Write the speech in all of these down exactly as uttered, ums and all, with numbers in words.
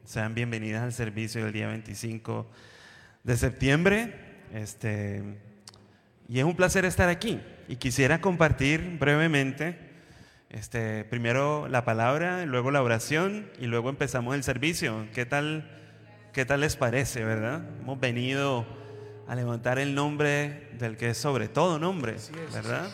Sean bienvenidas al servicio del día veinticinco de septiembre. Este, y es un placer estar aquí. Y quisiera compartir brevemente, este, primero la palabra, luego la oración y luego empezamos el servicio. ¿Qué tal, qué tal les parece, verdad? Hemos venido a levantar el nombre del que es sobre todo nombre, ¿verdad?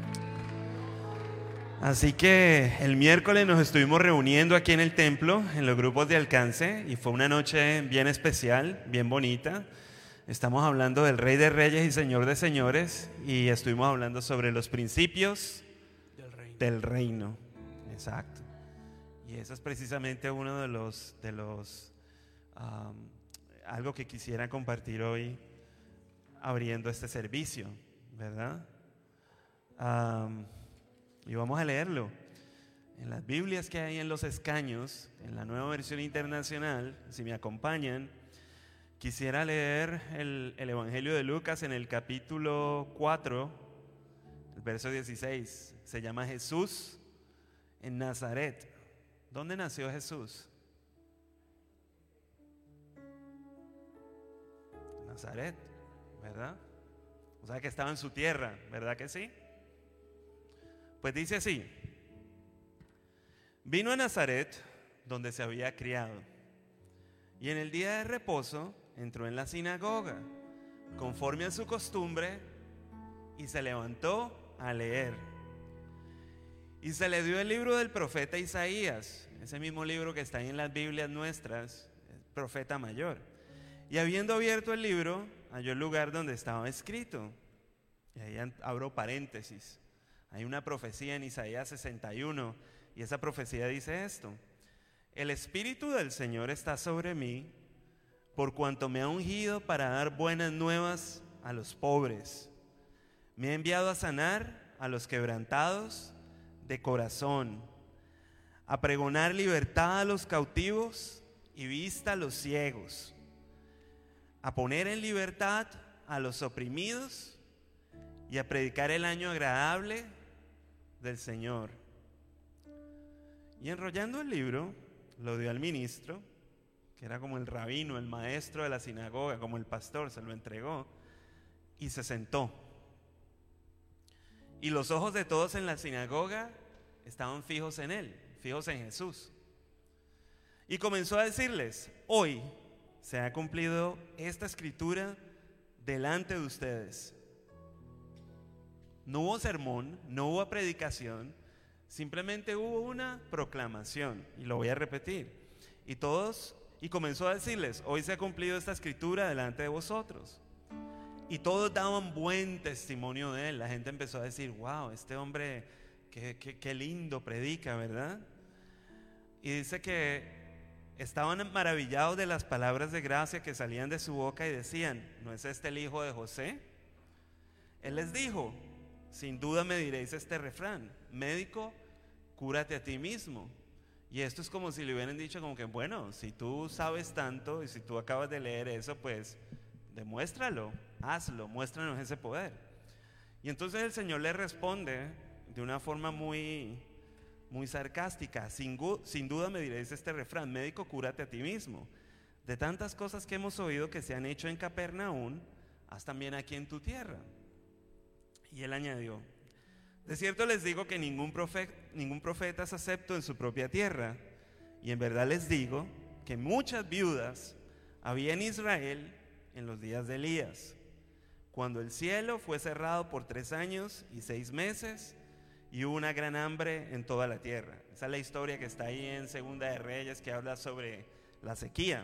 Así que el miércoles nos estuvimos reuniendo aquí en el templo, en los grupos de alcance, y fue una noche bien especial, bien bonita. Estamos hablando del Rey de Reyes y Señor de Señores, y estuvimos hablando sobre los principios del reino. del reino. Exacto. Y eso es precisamente uno de los, de los um, algo que quisiera compartir hoy abriendo este servicio, ¿verdad? Um, Y vamos a leerlo. En las Biblias que hay en los escaños, en la Nueva Versión Internacional, si me acompañan, quisiera leer el, el Evangelio de Lucas en el capítulo cuatro, el verso dieciséis. Se llama Jesús en Nazaret. ¿Dónde nació Jesús? Nazaret, ¿verdad? O sea que estaba en su tierra, ¿verdad que sí? Pues dice así: vino a Nazaret, donde se había criado, y en el día de reposo entró en la sinagoga, conforme a su costumbre, y se levantó a leer. Y se le dio el libro del profeta Isaías, ese mismo libro que está ahí en las Biblias nuestras, el profeta mayor. Y habiendo abierto el libro, halló el lugar donde estaba escrito. Y ahí abro paréntesis. Hay una profecía en Isaías sesenta y uno y esa profecía dice esto: el Espíritu del Señor está sobre mí, por cuanto me ha ungido para dar buenas nuevas a los pobres. Me ha enviado a sanar a los quebrantados de corazón, a pregonar libertad a los cautivos y vista a los ciegos, a poner en libertad a los oprimidos y a predicar el año agradable del Señor. Y enrollando el libro, lo dio al ministro, que era como el rabino, el maestro de la sinagoga, como el pastor, se lo entregó y se sentó. Y los ojos de todos en la sinagoga estaban fijos en él, fijos en Jesús. Y comenzó a decirles: hoy se ha cumplido esta escritura delante de ustedes. No hubo sermón, no hubo predicación, simplemente hubo una proclamación, y lo voy a repetir. Y todos, y comenzó a decirles: hoy se ha cumplido esta escritura delante de vosotros. Y todos daban buen testimonio de él. La gente empezó a decir: wow, este hombre, qué, qué, qué lindo predica, ¿verdad? Y dice que estaban maravillados de las palabras de gracia que salían de su boca y decían: ¿no es este el hijo de José? Él les dijo: sin duda me diréis este refrán: médico, cúrate a ti mismo. Y esto es como si le hubieran dicho como que, bueno, si tú sabes tanto y si tú acabas de leer eso, pues demuéstralo, hazlo, muéstranos ese poder. Y entonces el Señor le responde de una forma muy, muy sarcástica: sin, sin duda me diréis este refrán: médico, cúrate a ti mismo. De tantas cosas que hemos oído que se han hecho en Capernaum, haz también aquí en tu tierra. Y él añadió: de cierto les digo que ningún profeta, ningún profeta es acepto en su propia tierra. Y en verdad les digo que muchas viudas había en Israel en los días de Elías, cuando el cielo fue cerrado por tres años y seis meses y hubo una gran hambre en toda la tierra. Esa es la historia que está ahí en Segunda de Reyes, que habla sobre la sequía.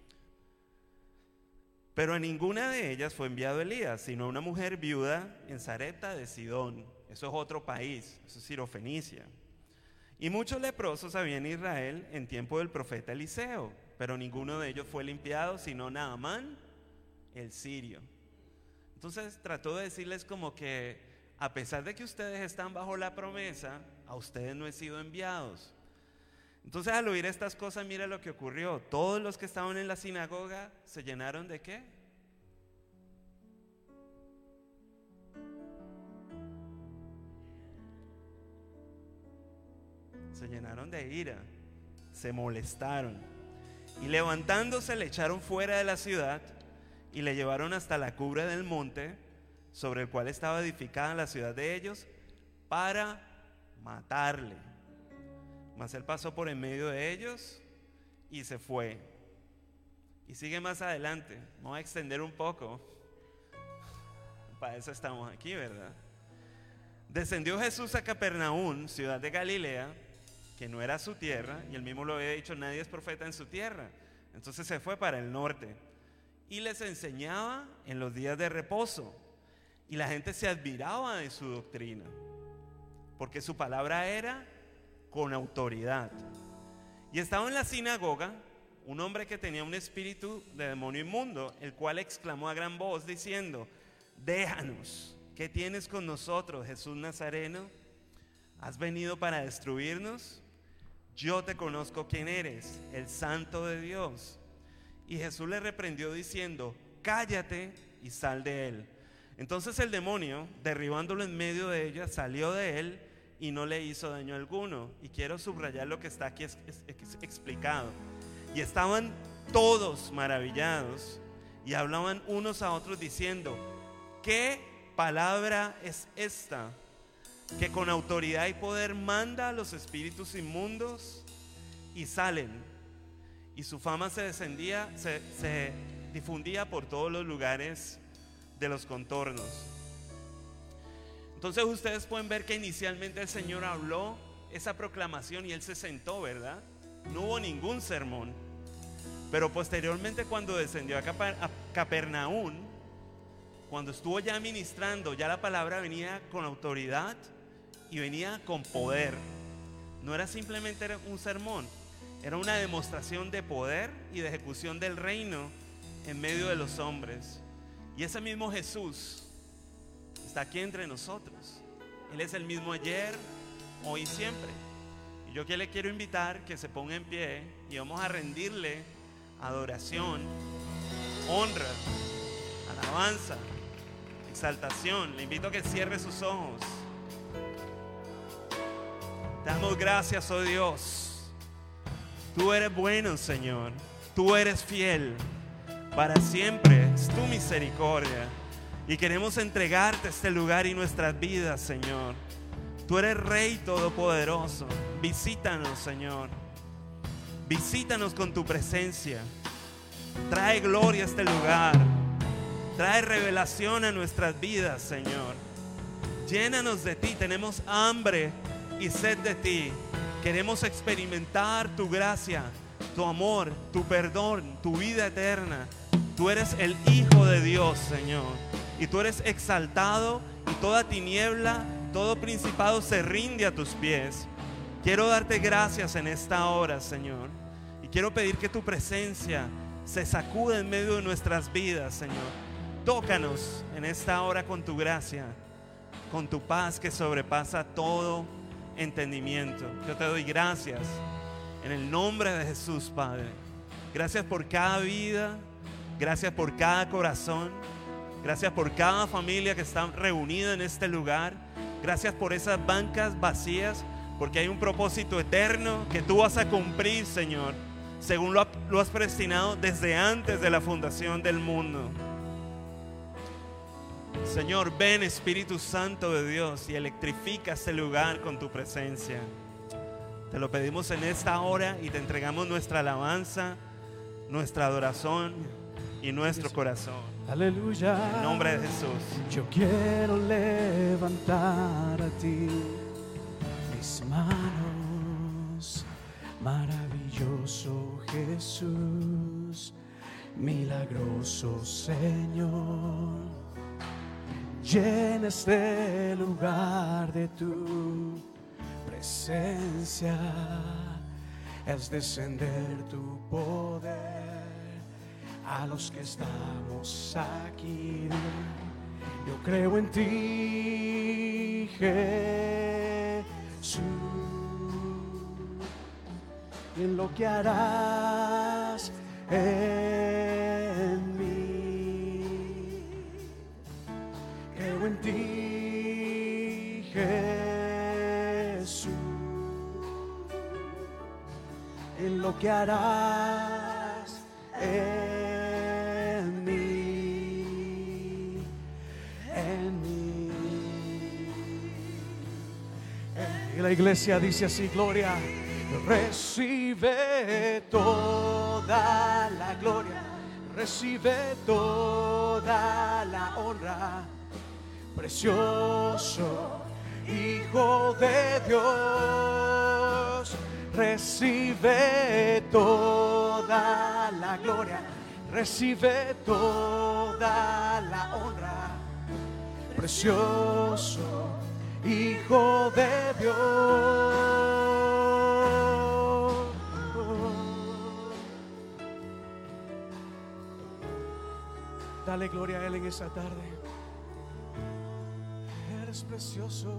Pero a ninguna de ellas fue enviado Elías, sino a una mujer viuda en Sarepta de Sidón. Eso es otro país, eso es Sirofenicia. Y muchos leprosos había en Israel en tiempo del profeta Eliseo, pero ninguno de ellos fue limpiado, sino Naamán el sirio. Entonces trató de decirles como que, a pesar de que ustedes están bajo la promesa, a ustedes no he sido enviados. Entonces al oír estas cosas, mira lo que ocurrió. Todos los que estaban en la sinagoga se llenaron ¿de qué? Se llenaron de ira, se molestaron Y levantándose le echaron fuera de la ciudad y le llevaron hasta la cumbre del monte sobre el cual estaba edificada la ciudad de ellos, para matarle. Mas él pasó por en medio de ellos y se fue. Y sigue más adelante. Me voy a extender un poco. Para eso estamos aquí, ¿verdad? Descendió Jesús a Capernaum, ciudad de Galilea, que no era su tierra, y él mismo lo había dicho, nadie es profeta en su tierra. Entonces se fue para el norte y les enseñaba en los días de reposo, y la gente se admiraba de su doctrina, porque su palabra era con autoridad. Y estaba en la sinagoga un hombre que tenía un espíritu de demonio inmundo, el cual exclamó a gran voz diciendo: déjanos, ¿qué tienes con nosotros, Jesús Nazareno? ¿Has venido para destruirnos? Yo te conozco quién eres, el Santo de Dios. Y Jesús le reprendió diciendo: cállate y sal de él. Entonces el demonio, derribándolo en medio de ella, salió de él y no le hizo daño alguno. Y quiero subrayar lo que está aquí es, es, es explicado. Y estaban todos maravillados y hablaban unos a otros diciendo: ¿qué palabra es esta, que con autoridad y poder manda a los espíritus inmundos y salen? Y su fama se descendía, se, se difundía por todos los lugares de los contornos. Entonces ustedes pueden ver que inicialmente el Señor habló esa proclamación y él se sentó, ¿verdad? No hubo ningún sermón. Pero posteriormente, cuando descendió a, Caper, a Capernaum, cuando estuvo ya ministrando, ya la palabra venía con autoridad y venía con poder. No era simplemente un sermón, era una demostración de poder y de ejecución del reino en medio de los hombres. Y ese mismo Jesús está aquí entre nosotros. Él es el mismo ayer, hoy y siempre. Y yo que le quiero invitar que se ponga en pie y vamos a rendirle adoración, honra, alabanza, exaltación. Le invito a que cierre sus ojos. Te damos gracias, oh Dios. Tú eres bueno, Señor. Tú eres fiel. Para siempre es tu misericordia. Y queremos entregarte este lugar y nuestras vidas, Señor. Tú eres Rey Todopoderoso. Visítanos, Señor. Visítanos con tu presencia. Trae gloria a este lugar. Trae revelación a nuestras vidas, Señor. Llénanos de ti. Tenemos hambre y sed de ti. Queremos experimentar tu gracia, tu amor, tu perdón, tu vida eterna. Tú eres el Hijo de Dios, Señor. Y tú eres exaltado, y toda tiniebla, todo principado se rinde a tus pies. Quiero darte gracias en esta hora, Señor. Y quiero pedir que tu presencia se sacude en medio de nuestras vidas, Señor. Tócanos en esta hora con tu gracia, con tu paz que sobrepasa todo entendimiento. Yo te doy gracias en el nombre de Jesús, Padre. Gracias por cada vida, gracias por cada corazón, gracias por cada familia que está reunida en este lugar. Gracias por esas bancas vacías, porque hay un propósito eterno que tú vas a cumplir, Señor, según lo, lo has predestinado desde antes de la fundación del mundo. Señor, ven, Espíritu Santo de Dios, y electrifica este lugar con tu presencia. Te lo pedimos en esta hora y te entregamos nuestra alabanza, nuestra adoración y nuestro corazón. Aleluya. En el nombre de Jesús. Yo quiero levantar a ti mis manos. Maravilloso Jesús, milagroso Señor. Llena este lugar de tu presencia. Es descender tu poder a los que estamos aquí. Yo creo en ti, Jesús, y en lo que harás en mí. Creo en ti, Jesús, en lo que harás la iglesia dice así: gloria. Recibe toda la gloria, recibe toda la honra, precioso Hijo de Dios. Recibe toda la gloria, recibe toda la honra, precioso Hijo de Dios. Dale gloria a Él en esta tarde. Eres precioso.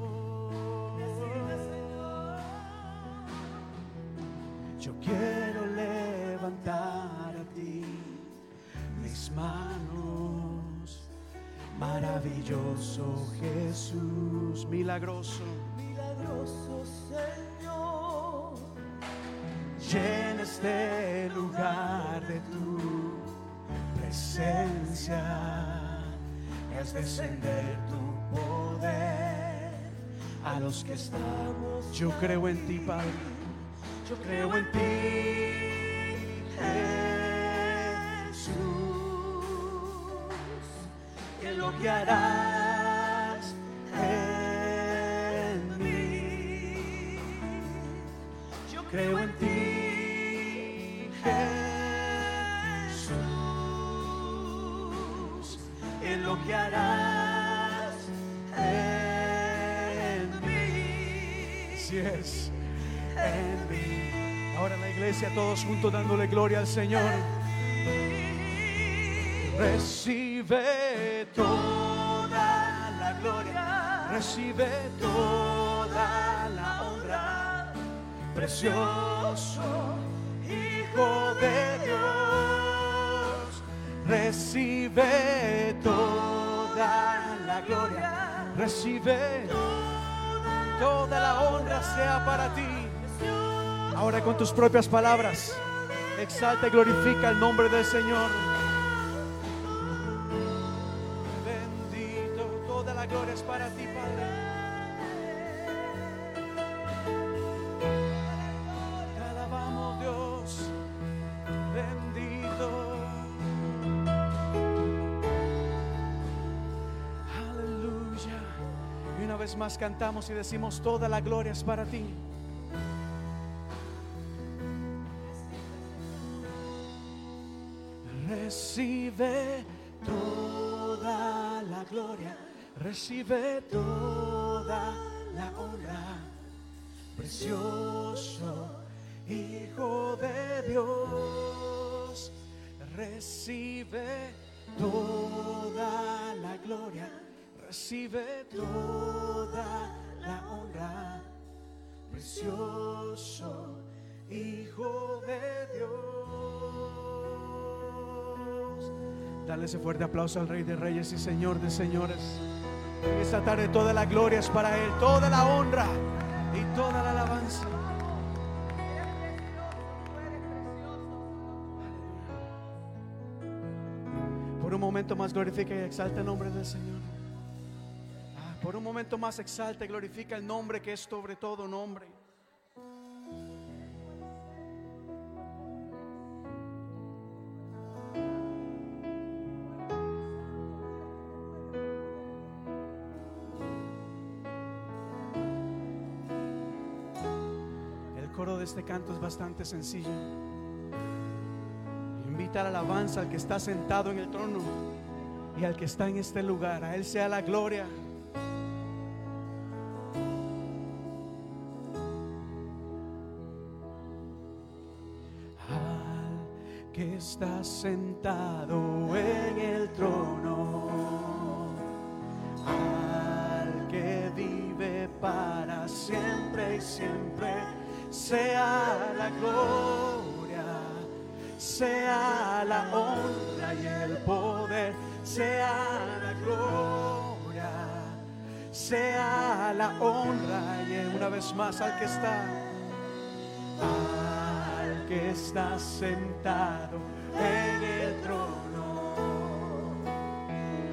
Yo quiero levantar a ti mis manos. Maravilloso Jesús, milagroso, milagroso Señor. Llena este lugar de tu presencia. Es descender tu poder a los que estamos. Yo creo en ti, Padre. Yo creo en ti, Jesús, que lo que harás en mí. Yo creo en ti, Jesús, en lo que harás en mí. Si es en mí. Ahora en la iglesia todos juntos dándole gloria al Señor. Recibe toda la gloria, recibe toda la honra, precioso Hijo de Dios. Recibe toda la gloria, recibe toda la honra sea para ti. Ahora con tus propias palabras, exalta y glorifica el nombre del Señor. Bendito, toda la gloria es para ti, Padre. Te alabamos, Dios. Bendito. Aleluya. Y una vez más cantamos y decimos: toda la gloria es para ti. Recibe toda la gloria, recibe toda la honra, precioso Hijo de Dios. Recibe toda la gloria, recibe toda la honra, precioso Hijo de Dios. Dale ese fuerte aplauso al Rey de Reyes y Señor de Señores. En esta tarde toda la gloria es para Él, toda la honra y toda la alabanza. Por un momento más glorifica y exalta el nombre del Señor. Por un momento más exalta y glorifica el nombre que es sobre todo nombre. El coro de este canto es bastante sencillo. Invita a la alabanza al que está sentado en el trono y al que está en este lugar. A Él sea la gloria. Al que está sentado en el trono, al que vive para siempre y siempre, sea la gloria, sea la honra y el poder, sea la gloria, sea la honra y una vez más al que está, al que está sentado en el trono,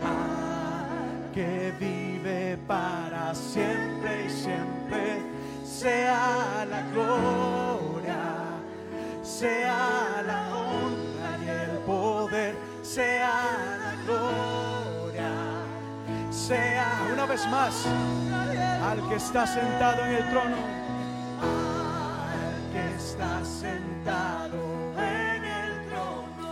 al que vive para siempre y siempre, sea la gloria, sea la honra y el poder, sea la gloria, sea una vez más al que está sentado en el trono, al que está sentado en el trono,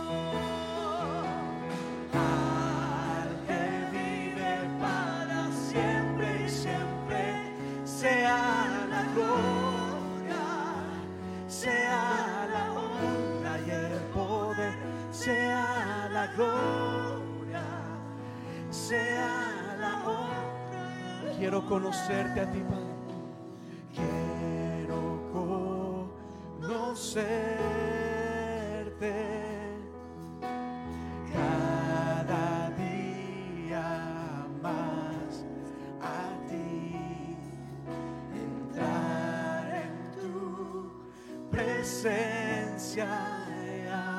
al que vive para siempre y siempre, sea la gloria, sea la honra y el poder, sea la gloria, sea la honra. Quiero conocerte a ti, Padre. Quiero conocerte cada día más a ti, entrar en tu presencia y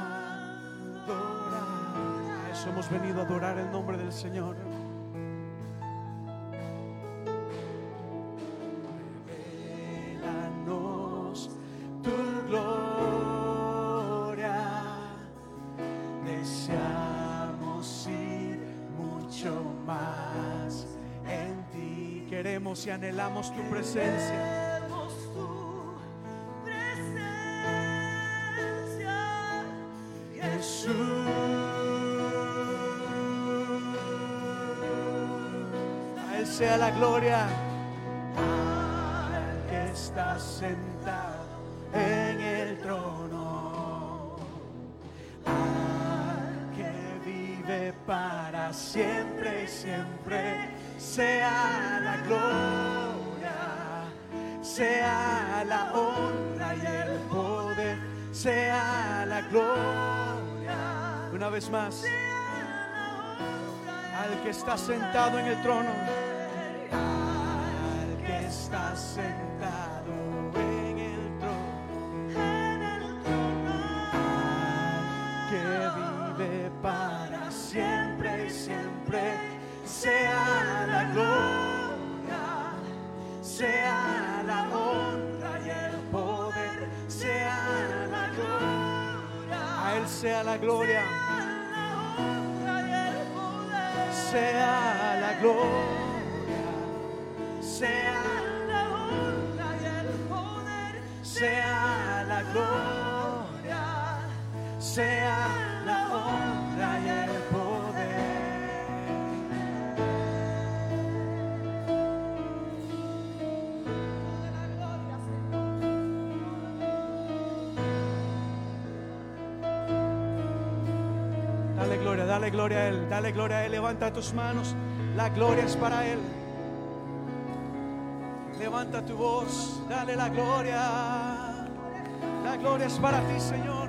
adorar. A eso hemos venido a adorar el nombre del Señor. Revélanos tu gloria, deseamos ir mucho más en ti. Queremos y anhelamos tu presencia. Jesús, a Él sea la gloria, al que está sentado en el trono, al que vive para siempre y siempre, sea la gloria, sea la honra y el poder, sea la gloria. Una vez más, al que está sentado en el trono, al que está sentado en el trono, al que vive para siempre y siempre, sea la gloria, sea la honra y el poder, sea la gloria, a Él sea la gloria, sea la gloria, sea la honra y el poder, sea la gloria, sea la honra y el poder. Dale gloria, dale gloria a Él, dale gloria a Él. Levanta tus manos, la gloria es para Él. Levanta tu voz, dale la gloria. La gloria es para ti, Señor.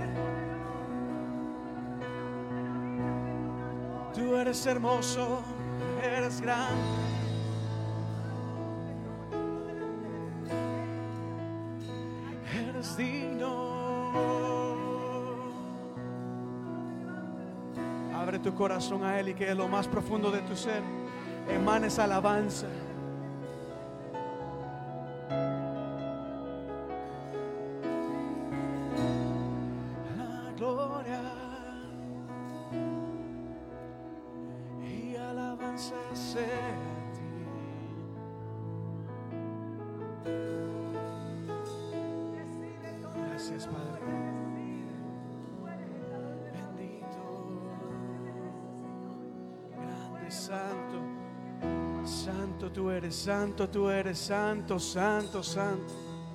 Tú eres hermoso, eres grande. Eres digno. Abre tu corazón a Él y que de lo más profundo de tu ser emanes alabanza. La gloria y alabanza sea a ti. Gracias, Padre. Santo, santo tú eres, santo tú eres, santo, santo, santo.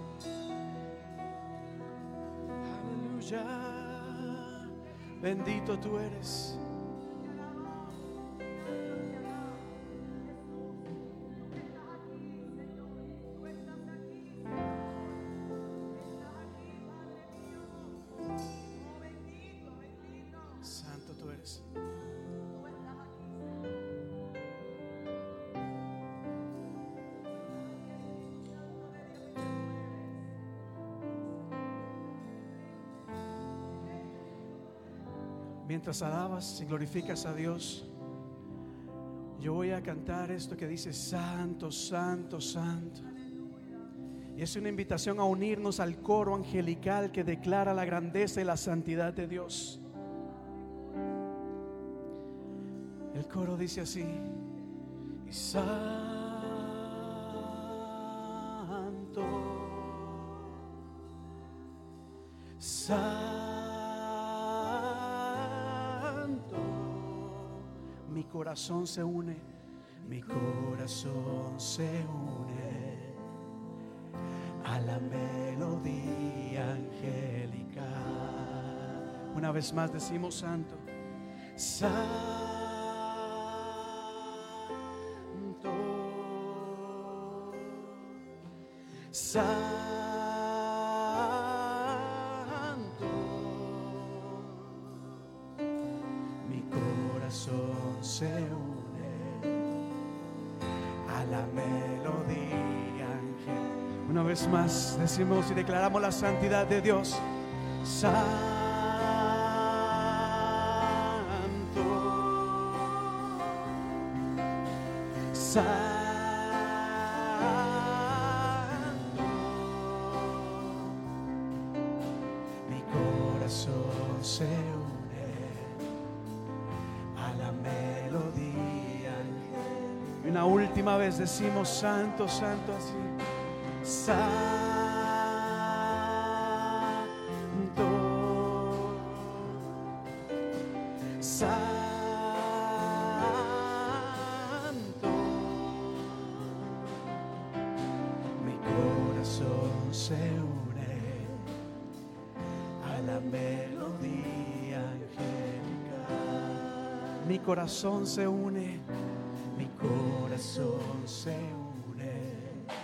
Aleluya, bendito tú eres. Santo tú eres. Mientras alabas y glorificas a Dios, yo voy a cantar esto que dice: Santo, Santo, Santo. Y es una invitación a unirnos al coro angelical que declara la grandeza y la santidad de Dios. El coro dice así: y santo, santo, mi corazón se une, mi corazón se une a la melodía angelical. Una vez más decimos santo, santo. Santo, mi corazón se une a la melodía angelical. Una vez más decimos y declaramos la santidad de Dios. Santo, santo. Se une a la melodía. Y una última vez decimos santo, santo, así. Santo, santo, mi corazón se une a la melodía angelical. Mi corazón se une, mi corazón se une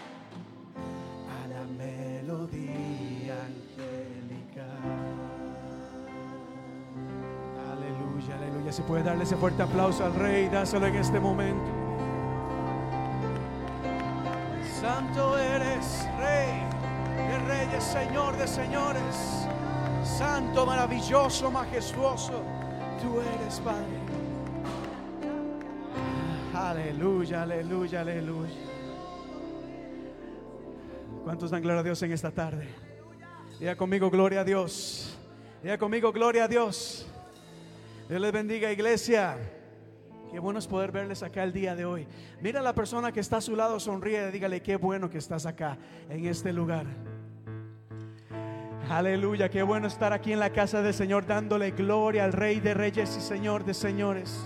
a la melodía angelical. Aleluya, aleluya. Si puede darle ese fuerte aplauso al Rey, dáselo en este momento. Santo eres, Rey de reyes, Señor de señores. Santo, maravilloso, majestuoso, tú eres, Padre. Aleluya, aleluya, aleluya. ¿Cuántos dan gloria a Dios en esta tarde? Diga conmigo, gloria a Dios. Diga conmigo, gloria a Dios. Dios les bendiga, iglesia. Qué bueno es poder verles acá el día de hoy. Mira a la persona que está a su lado, sonríe, dígale qué bueno que estás acá en este lugar. Aleluya, qué bueno estar aquí en la casa del Señor, dándole gloria al Rey de reyes y Señor de señores.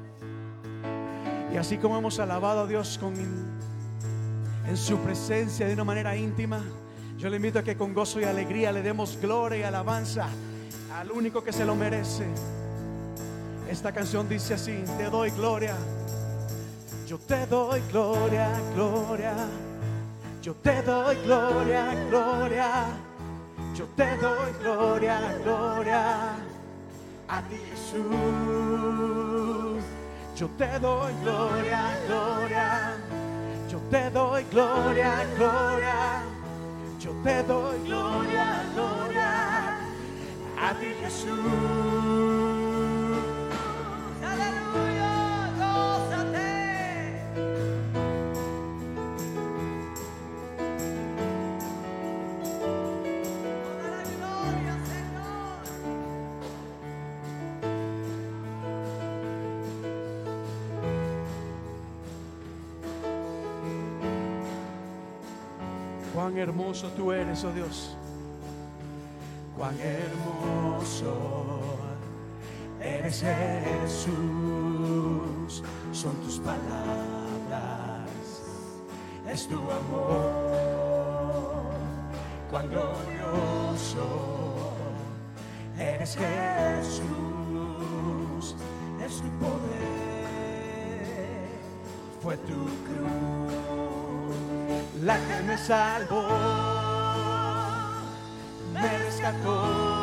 Y así como hemos alabado a Dios con, en su presencia de una manera íntima, yo le invito a que con gozo y alegría le demos gloria y alabanza al único que se lo merece. Esta canción dice así: te doy gloria, yo te doy gloria, gloria, yo te doy gloria, gloria, yo te doy gloria, gloria a ti, Jesús. Yo te doy gloria, gloria, yo te doy gloria, gloria, yo te doy gloria, gloria a ti, Jesús. Aleluya, gózate. Toda la gloria, Señor. Cuán hermoso tú eres, oh Dios. Cuán hermoso eres, Jesús. Son tus palabras, es tu amor. Cuán glorioso eres, Jesús. Es tu poder, fue tu cruz la que me salvó, me rescató.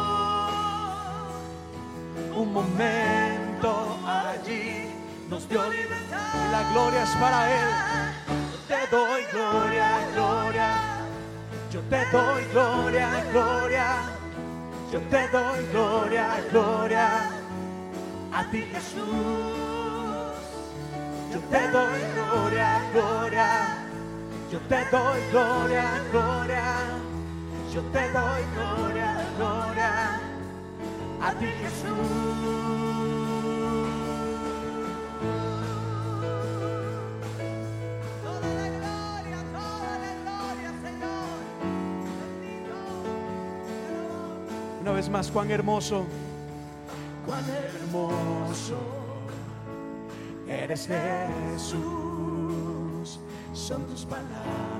Un momento allí nos dio libertad y la gloria es para Él. Yo te doy gloria, gloria, yo te doy gloria, gloria, yo te doy gloria, gloria a ti, Jesús. Yo te doy gloria, gloria, Yo te doy gloria, gloria. Yo te doy gloria, gloria. A ti, Jesús. Una vez más, cuán hermoso, cuán hermoso eres, Jesús. Son tus palabras,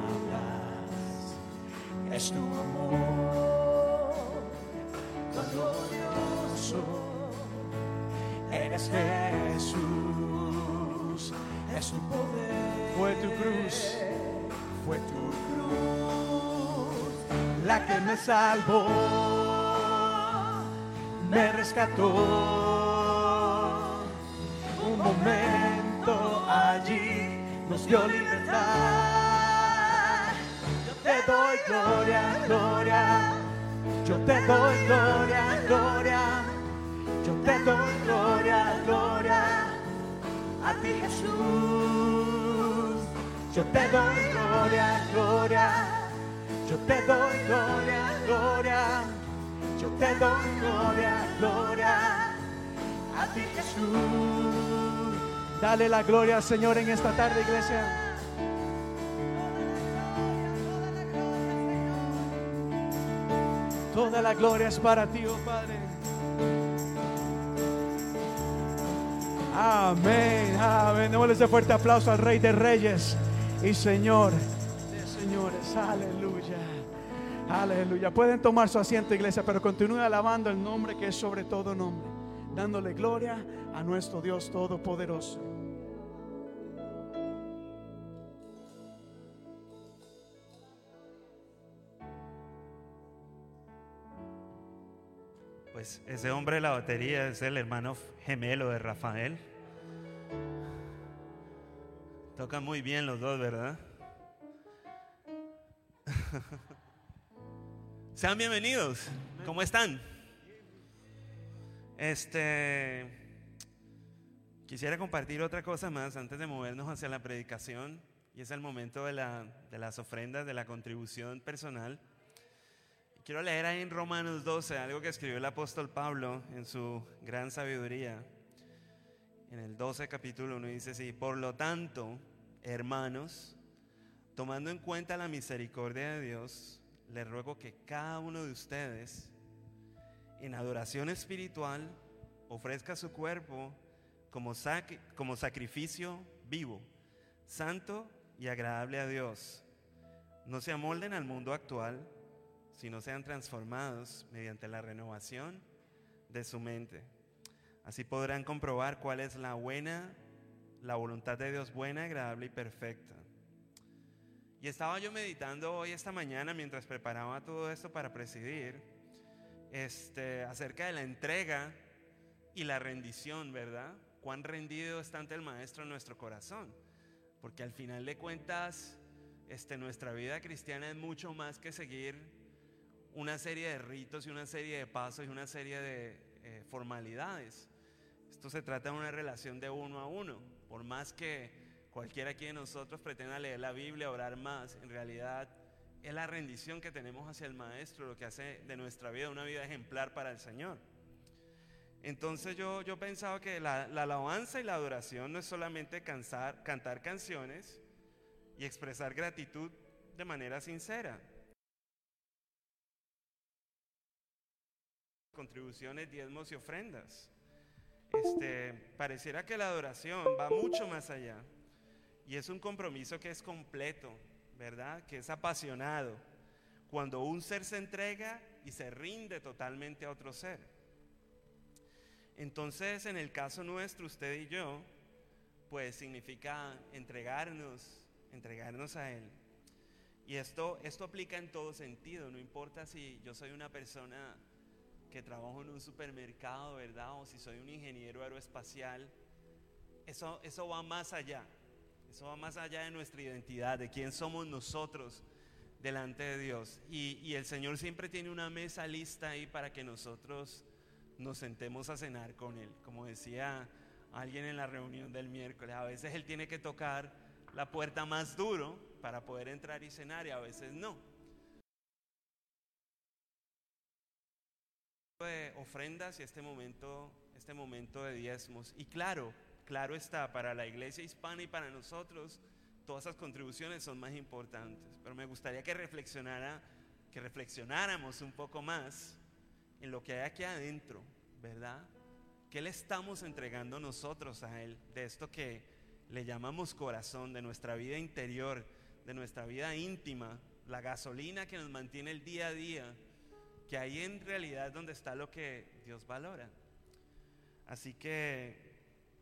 es tu amor, cuán glorioso eres, Jesús. Es tu poder, fue tu cruz, fue tu cruz la que me salvó. Me rescató un momento allí, nos dio libertad. Yo te doy gloria, gloria. Yo te doy gloria, gloria. Yo te doy gloria, gloria. A ti, Jesús. Yo te doy gloria, gloria. Yo te doy gloria, gloria. Yo te doy gloria, gloria, a ti, Jesús. Dale la gloria al Señor en esta tarde, iglesia. Toda la gloria es para ti, oh Padre. Amén, amén. Démosle ese fuerte aplauso al Rey de Reyes y Señor de Señores. Aleluya. Aleluya. Pueden tomar su asiento, iglesia, pero continúe alabando el nombre que es sobre todo nombre, dándole gloria a nuestro Dios Todopoderoso. Pues ese hombre de la batería es el hermano gemelo de Rafael. Tocan muy bien los dos, ¿verdad? Sean bienvenidos. ¿Cómo están? Este, quisiera compartir otra cosa más antes de movernos hacia la predicación, y es el momento de, la, de las ofrendas, de la contribución personal. Quiero leer ahí en Romanos doce algo que escribió el apóstol Pablo en su gran sabiduría. En el doce capítulo uno dice así: por lo tanto, hermanos, tomando en cuenta la misericordia de Dios, les ruego que cada uno de ustedes, en adoración espiritual, ofrezca su cuerpo como, sac- como sacrificio vivo, santo y agradable a Dios. No se amolden al mundo actual, sino sean transformados mediante la renovación de su mente. Así podrán comprobar cuál es la buena, la voluntad de Dios buena, agradable y perfecta. Y estaba yo meditando hoy esta mañana mientras preparaba todo esto para presidir, este, acerca de la entrega y la rendición, ¿verdad? Cuán rendido está ante el Maestro en nuestro corazón, porque al final de cuentas, este, nuestra vida cristiana es mucho más que seguir una serie de ritos y una serie de pasos y una serie de eh, formalidades. Esto se trata de una relación de uno a uno. Por más que cualquiera aquí de nosotros pretenda leer la Biblia, orar más, en realidad es la rendición que tenemos hacia el Maestro lo que hace de nuestra vida una vida ejemplar para el Señor. Entonces yo, yo pensaba que la, la alabanza y la adoración no es solamente cansar, cantar canciones y expresar gratitud de manera sincera. Contribuciones, diezmos y ofrendas. Este, pareciera que la adoración va mucho más allá. Y es un compromiso que es completo, ¿verdad? Que es apasionado. Cuando un ser se entrega y se rinde totalmente a otro ser. Entonces, en el caso nuestro, usted y yo, pues significa entregarnos, entregarnos a Él. Y esto, esto aplica en todo sentido. No importa si yo soy una persona que trabajo en un supermercado, ¿verdad? O si soy un ingeniero aeroespacial. Eso, eso va más allá. Eso va más allá de nuestra identidad, de quién somos nosotros delante de Dios. Y, y el Señor siempre tiene una mesa lista ahí para que nosotros nos sentemos a cenar con Él. Como decía alguien en la reunión del miércoles, a veces Él tiene que tocar la puerta más duro para poder entrar y cenar y a veces no. De ofrendas y este momento, este momento de diezmos. Y claro, claro está, para la iglesia hispana y para nosotros, todas esas contribuciones son más importantes. Pero me gustaría que reflexionara, que reflexionáramos un poco más en lo que hay aquí adentro, ¿verdad? ¿Qué le estamos entregando nosotros a Él? De esto que le llamamos corazón, de nuestra vida interior, de nuestra vida íntima, la gasolina que nos mantiene el día a día, que ahí en realidad es donde está lo que Dios valora. Así que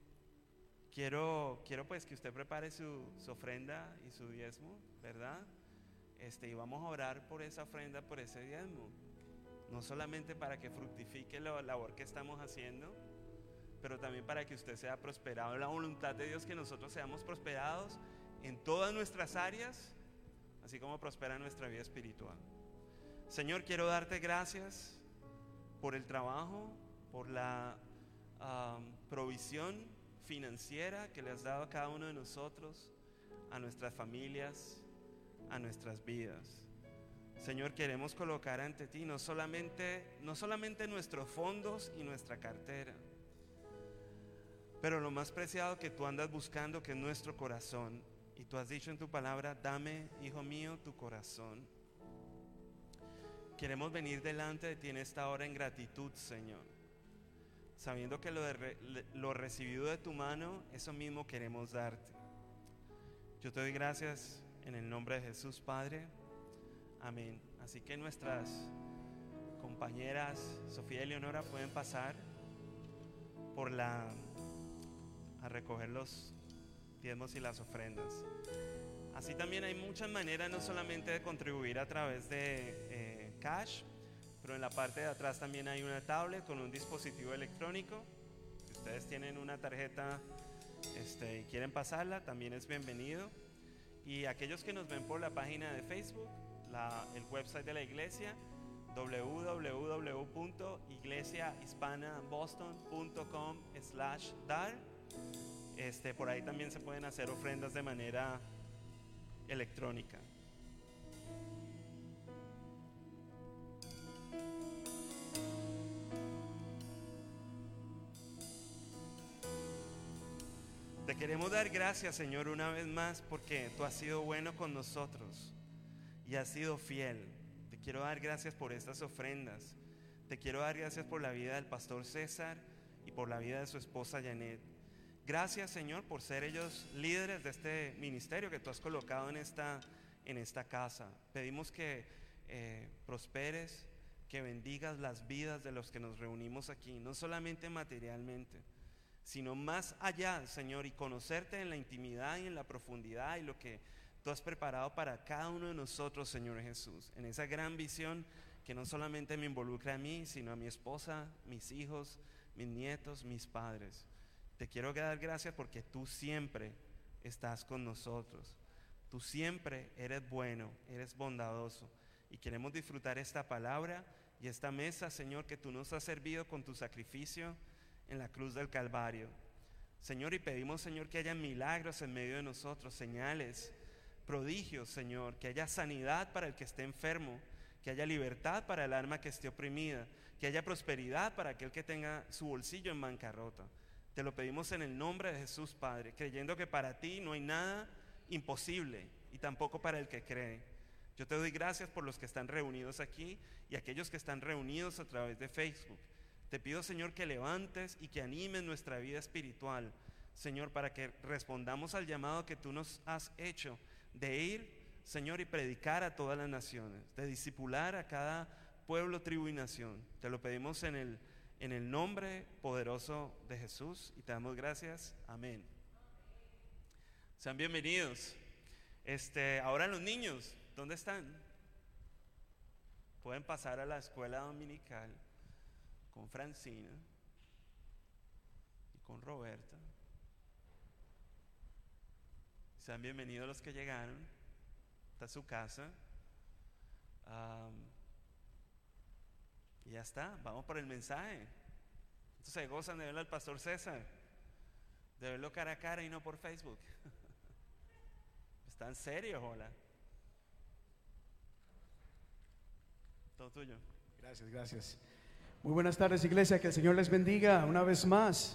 quiero, quiero pues que usted prepare su, su ofrenda y su diezmo, ¿verdad? Este, y vamos a orar por esa ofrenda, por ese diezmo. No solamente para que fructifique la labor que estamos haciendo, pero también para que usted sea prosperado. La voluntad de Dios que nosotros seamos prosperados en todas nuestras áreas, así como prospera nuestra vida espiritual. Señor, quiero darte gracias por el trabajo, por la um, provisión financiera que le has dado a cada uno de nosotros, a nuestras familias, a nuestras vidas. Señor, queremos colocar ante ti no solamente, no solamente nuestros fondos y nuestra cartera, pero lo más preciado que tú andas buscando, que es nuestro corazón. Y tú has dicho en tu palabra: dame, hijo mío, tu corazón. Queremos venir delante de ti en esta hora en gratitud, Señor, sabiendo que lo, de, lo recibido de tu mano, eso mismo queremos darte. Yo te doy gracias en el nombre de Jesús, Padre. Amén. Así que nuestras compañeras Sofía y Leonora pueden pasar por la a recoger los diezmos y las ofrendas. Así también hay muchas maneras, no solamente de contribuir a través de eh, cash, pero en la parte de atrás también hay una tablet con un dispositivo electrónico. Si ustedes tienen una tarjeta este, y quieren pasarla, también es bienvenido. Y aquellos que nos ven por la página de Facebook, la, el website de la iglesia, doble u doble u doble u punto iglesia hispana boston punto com slash dar, este, por ahí también se pueden hacer ofrendas de manera electrónica. Te queremos dar gracias, Señor, una vez más, porque tú has sido bueno con nosotros y has sido fiel. Te quiero dar gracias por estas ofrendas. Te quiero dar gracias por la vida del pastor César y por la vida de su esposa Janet. Gracias, Señor, por ser ellos líderes de este ministerio que tú has colocado en esta, en esta casa. Pedimos que eh, prosperes, que bendigas las vidas de los que nos reunimos aquí, no solamente materialmente, sino más allá, Señor, y conocerte en la intimidad y en la profundidad y lo que tú has preparado para cada uno de nosotros, Señor Jesús, en esa gran visión que no solamente me involucra a mí, sino a mi esposa, mis hijos, mis nietos, mis padres. Te quiero dar gracias porque tú siempre estás con nosotros. Tú siempre eres bueno, eres bondadoso. Y queremos disfrutar esta palabra y esta mesa, Señor, que tú nos has servido con tu sacrificio en la cruz del Calvario. Señor, y pedimos, Señor, que haya milagros en medio de nosotros, señales, prodigios, Señor, que haya sanidad para el que esté enfermo, que haya libertad para el alma que esté oprimida, que haya prosperidad para aquel que tenga su bolsillo en bancarrota. Te lo pedimos en el nombre de Jesús, Padre, creyendo que para ti no hay nada imposible y tampoco para el que cree. Yo te doy gracias por los que están reunidos aquí y aquellos que están reunidos a través de Facebook. Te pido, Señor, que levantes y que animes nuestra vida espiritual, Señor, para que respondamos al llamado que tú nos has hecho de ir, Señor, y predicar a todas las naciones, de discipular a cada pueblo, tribu y nación. Te lo pedimos en el En el nombre poderoso de Jesús y te damos gracias. Amén. Sean bienvenidos. Este, ahora los niños, ¿dónde están? Pueden pasar a la escuela dominical con Francina y con Roberta. Sean bienvenidos los que llegaron. Está su casa. Um, Y ya está, vamos por el mensaje. Entonces se gozan de verlo al pastor César, de verlo cara a cara y no por Facebook. ¿Están serios, hola? Todo tuyo. Gracias, gracias. Muy buenas tardes, iglesia, que el Señor les bendiga una vez más.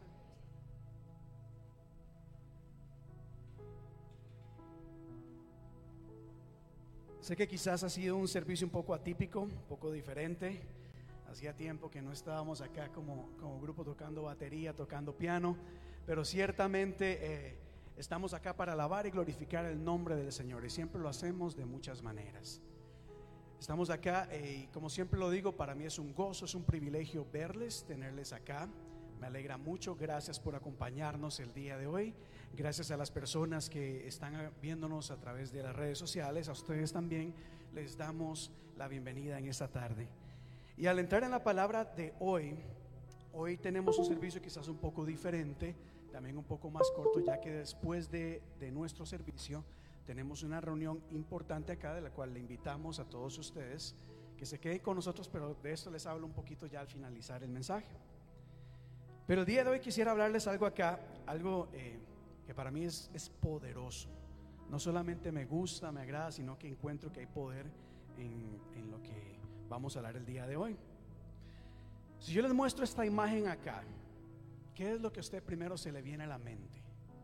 Sé que quizás ha sido un servicio un poco atípico, un poco diferente. Hacía tiempo que no estábamos acá como, como grupo tocando batería, tocando piano, pero ciertamente eh, estamos acá para alabar y glorificar el nombre del Señor, y siempre lo hacemos de muchas maneras. Estamos acá eh, y como siempre lo digo, para mí es un gozo, es un privilegio verles, tenerles acá. Me alegra mucho, gracias por acompañarnos el día de hoy. Gracias a las personas que están viéndonos a través de las redes sociales. A ustedes también les damos la bienvenida en esta tarde. Y al entrar en la palabra de hoy, hoy tenemos un servicio quizás un poco diferente, también un poco más corto, ya que después de, de nuestro servicio tenemos una reunión importante acá, de la cual le invitamos a todos ustedes que se queden con nosotros, pero de esto les hablo un poquito ya al finalizar el mensaje. Pero el día de hoy quisiera hablarles algo acá, algo eh, que para mí es, es poderoso. No solamente me gusta, me agrada, sino que encuentro que hay poder en, en lo que vamos a hablar el día de hoy. Si yo les muestro esta imagen acá, ¿qué es lo que a usted primero se le viene a la mente?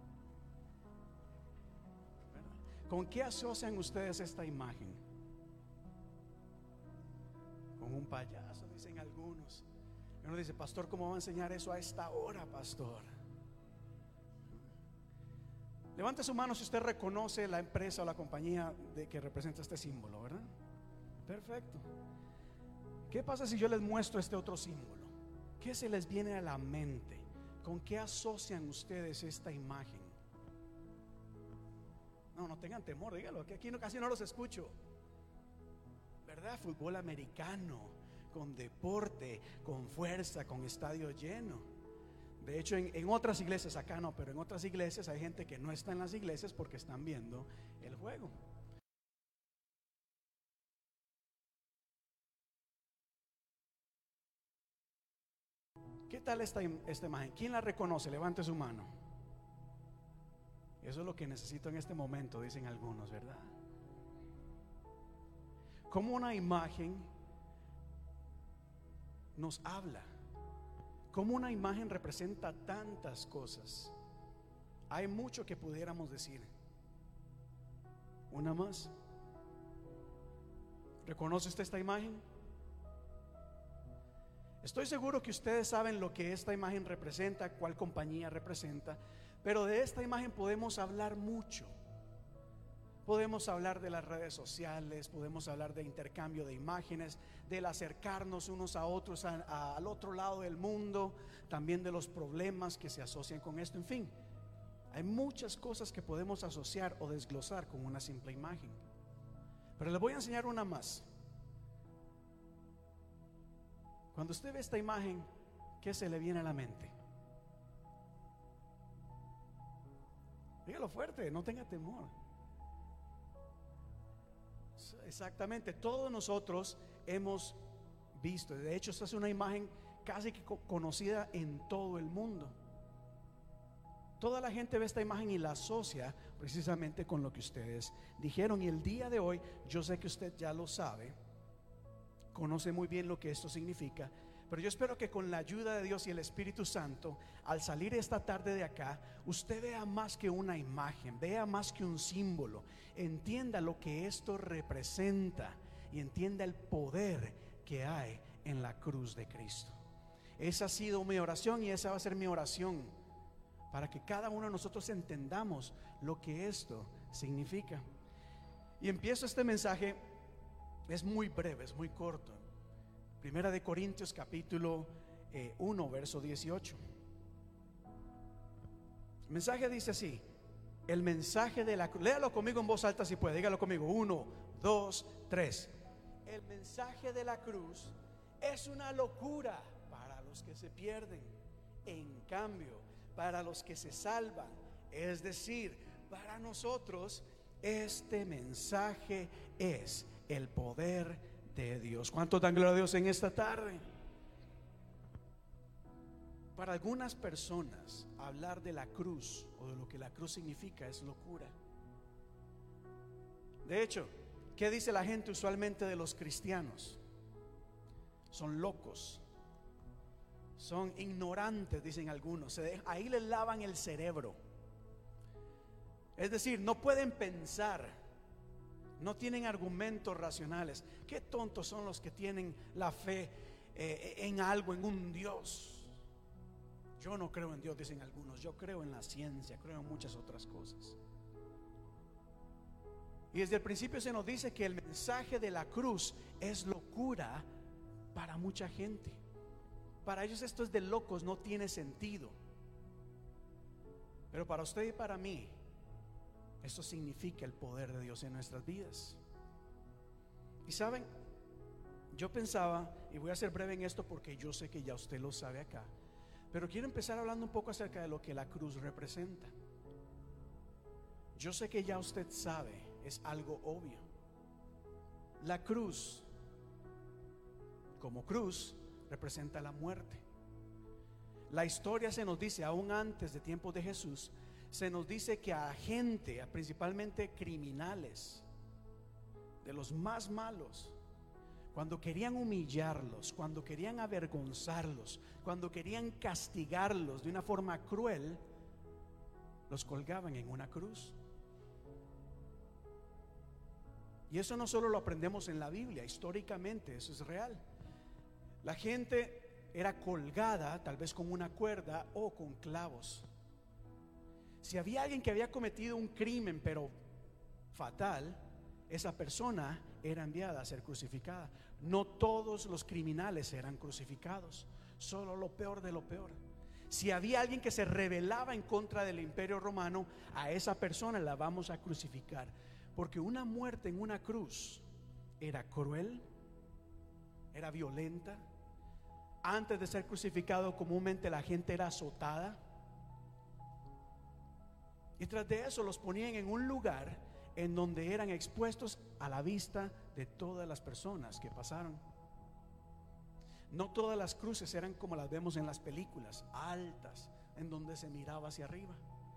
¿Verdad? ¿Con qué asocian ustedes esta imagen? Con un payaso, dicen algunos. Uno dice, pastor, ¿cómo va a enseñar eso a esta hora, pastor? Levante su mano si usted reconoce la empresa o la compañía de que representa este símbolo, ¿verdad? Perfecto. ¿Qué pasa si yo les muestro este otro símbolo? ¿Qué se les viene a la mente? ¿Con qué asocian ustedes esta imagen? No, no tengan temor, dígalo, que aquí no, casi no los escucho. ¿Verdad? Fútbol americano, con deporte, con fuerza, con estadio lleno. De hecho, en, en otras iglesias, acá no, pero en otras iglesias hay gente que no está en las iglesias porque están viendo el juego. ¿Qué tal esta, esta imagen? ¿Quién la reconoce? Levante su mano. Eso es lo que necesito en este momento, dicen algunos, ¿verdad? Como una imagen nos habla, como una imagen representa tantas cosas. Hay mucho que pudiéramos decir. Una más. ¿Reconoce usted esta imagen? Estoy seguro que ustedes saben lo que esta imagen representa, cuál compañía representa, pero de esta imagen podemos hablar mucho. Podemos hablar de las redes sociales, podemos hablar de intercambio de imágenes, del acercarnos unos a otros a, a, al otro lado del mundo, también de los problemas que se asocian con esto. En fin, hay muchas cosas que podemos asociar o desglosar con una simple imagen. Pero les voy a enseñar una más. Cuando usted ve esta imagen, ¿qué se le viene a la mente? Dígalo fuerte, no tenga temor. Exactamente, todos nosotros hemos visto. De hecho, esta es una imagen casi que conocida en todo el mundo. Toda la gente ve esta imagen y la asocia precisamente con lo que ustedes dijeron. Y el día de hoy, yo sé que usted ya lo sabe, conoce muy bien lo que esto significa, pero yo espero que con la ayuda de Dios y el Espíritu Santo, al salir esta tarde de acá, usted vea más que una imagen, vea más que un símbolo, entienda lo que esto representa y entienda el poder que hay en la cruz de Cristo. Esa ha sido mi oración y esa va a ser mi oración, para que cada uno de nosotros entendamos lo que esto significa. Y empiezo este mensaje, es muy breve, es muy corto. Primera de Corintios capítulo eh, uno, verso dieciocho. El mensaje dice así: el mensaje de la cruz. Léalo conmigo en voz alta si puede, dígalo conmigo. Uno, dos, tres. El mensaje de la cruz es una locura para los que se pierden. En cambio, para los que se salvan, es decir, para nosotros, este mensaje es el poder de Dios. ¿Cuánto dan gloria a Dios en esta tarde? Para algunas personas, hablar de la cruz o de lo que la cruz significa es locura. De hecho, ¿qué dice la gente usualmente de los cristianos? Son locos, son ignorantes, dicen algunos. Se dejan, ahí les lavan el cerebro. Es decir, no pueden pensar, no tienen argumentos racionales. Qué tontos son los que tienen la fe eh, en algo, en un Dios. Yo no creo en Dios, dicen algunos. Yo creo en la ciencia, creo en muchas otras cosas. Y desde el principio se nos dice que el mensaje de la cruz es locura para mucha gente. Para ellos esto es de locos, no tiene sentido. Pero para usted y para mí, esto significa el poder de Dios en nuestras vidas. Y saben, yo pensaba, y voy a ser breve en esto porque yo sé que ya usted lo sabe acá, pero quiero empezar hablando un poco acerca de lo que la cruz representa. Yo sé que ya usted sabe, es algo obvio. La cruz, como cruz, representa la muerte. La historia se nos dice, aún antes de tiempos de Jesús, se nos dice que a gente, principalmente criminales, de los más malos, cuando querían humillarlos, cuando querían avergonzarlos, cuando querían castigarlos de una forma cruel, los colgaban en una cruz. Y eso no solo lo aprendemos en la Biblia, históricamente eso es real. La gente era colgada tal vez con una cuerda o con clavos. Si había alguien que había cometido un crimen pero fatal, esa persona era enviada a ser crucificada. No todos los criminales eran crucificados, solo lo peor de lo peor. Si había alguien que se rebelaba en contra del Imperio Romano, a esa persona la vamos a crucificar, porque una muerte en una cruz era cruel, era violenta. Antes de ser crucificado, comúnmente la gente era azotada, y tras de eso los ponían en un lugar en donde eran expuestos a la vista de todas las personas que pasaron. No todas las cruces eran como las vemos en las películas, altas, en donde se miraba hacia arriba.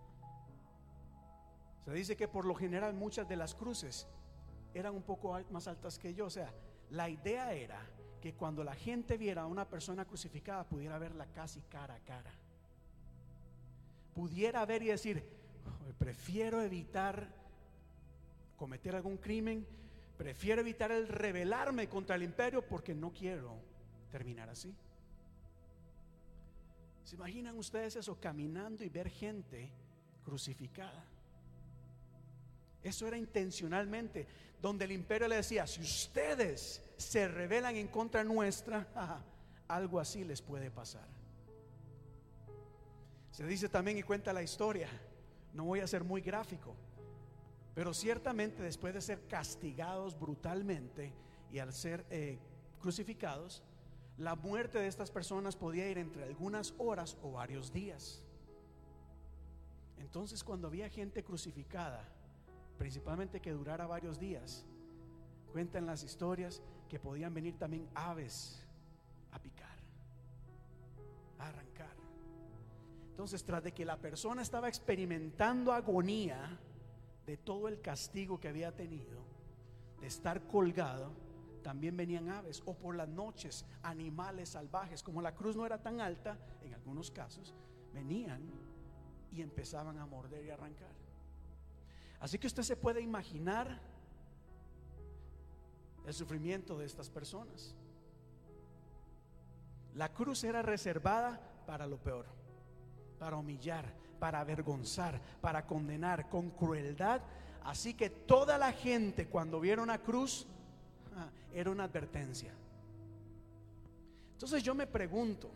Se dice que por lo general muchas de las cruces eran un poco más altas que yo. O sea, la idea era que cuando la gente viera a una persona crucificada, pudiera verla casi cara a cara, pudiera ver y decir: prefiero evitar cometer algún crimen, prefiero evitar el rebelarme contra el imperio, porque no quiero terminar así. ¿Se imaginan ustedes eso? Caminando y ver gente crucificada. Eso era intencionalmente, donde el imperio le decía: si ustedes se rebelan en contra nuestra, algo así les puede pasar. Se dice también, y cuenta la historia, no voy a ser muy gráfico, pero ciertamente después de ser castigados brutalmente y al ser eh, crucificados, la muerte de estas personas podía ir entre algunas horas o varios días. Entonces, cuando había gente crucificada, principalmente que durara varios días, cuentan las historias que podían venir también aves a picar, a arrancar. Entonces, tras de que la persona estaba experimentando agonía de todo el castigo que había tenido, de estar colgado, también venían aves, o por las noches animales salvajes. Como la cruz no era tan alta, en algunos casos venían y empezaban a morder y arrancar. Así que usted se puede imaginar el sufrimiento de estas personas. La cruz era reservada para lo peor, para humillar, para avergonzar, para condenar con crueldad. Así que toda la gente, cuando vieron una cruz, ah, era una advertencia. Entonces yo me pregunto,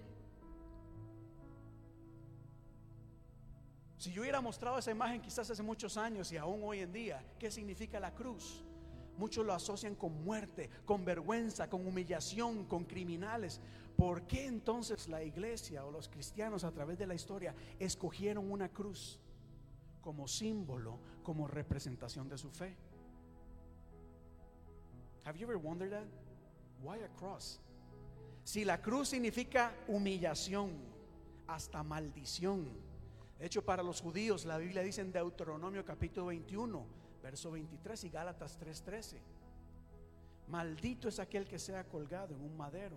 si yo hubiera mostrado esa imagen quizás hace muchos años y aún hoy en día, ¿qué significa la cruz? Muchos lo asocian con muerte, con vergüenza, con humillación, con criminales. ¿Por qué entonces la iglesia o los cristianos a través de la historia escogieron una cruz como símbolo, como representación de su fe? Have you ever wondered that? Why a cross? Si la cruz significa humillación, hasta maldición. De hecho, para los judíos, la Biblia dice en Deuteronomio capítulo veintiuno, verso veintitrés, y Gálatas tres trece. Maldito es aquel que sea colgado en un madero.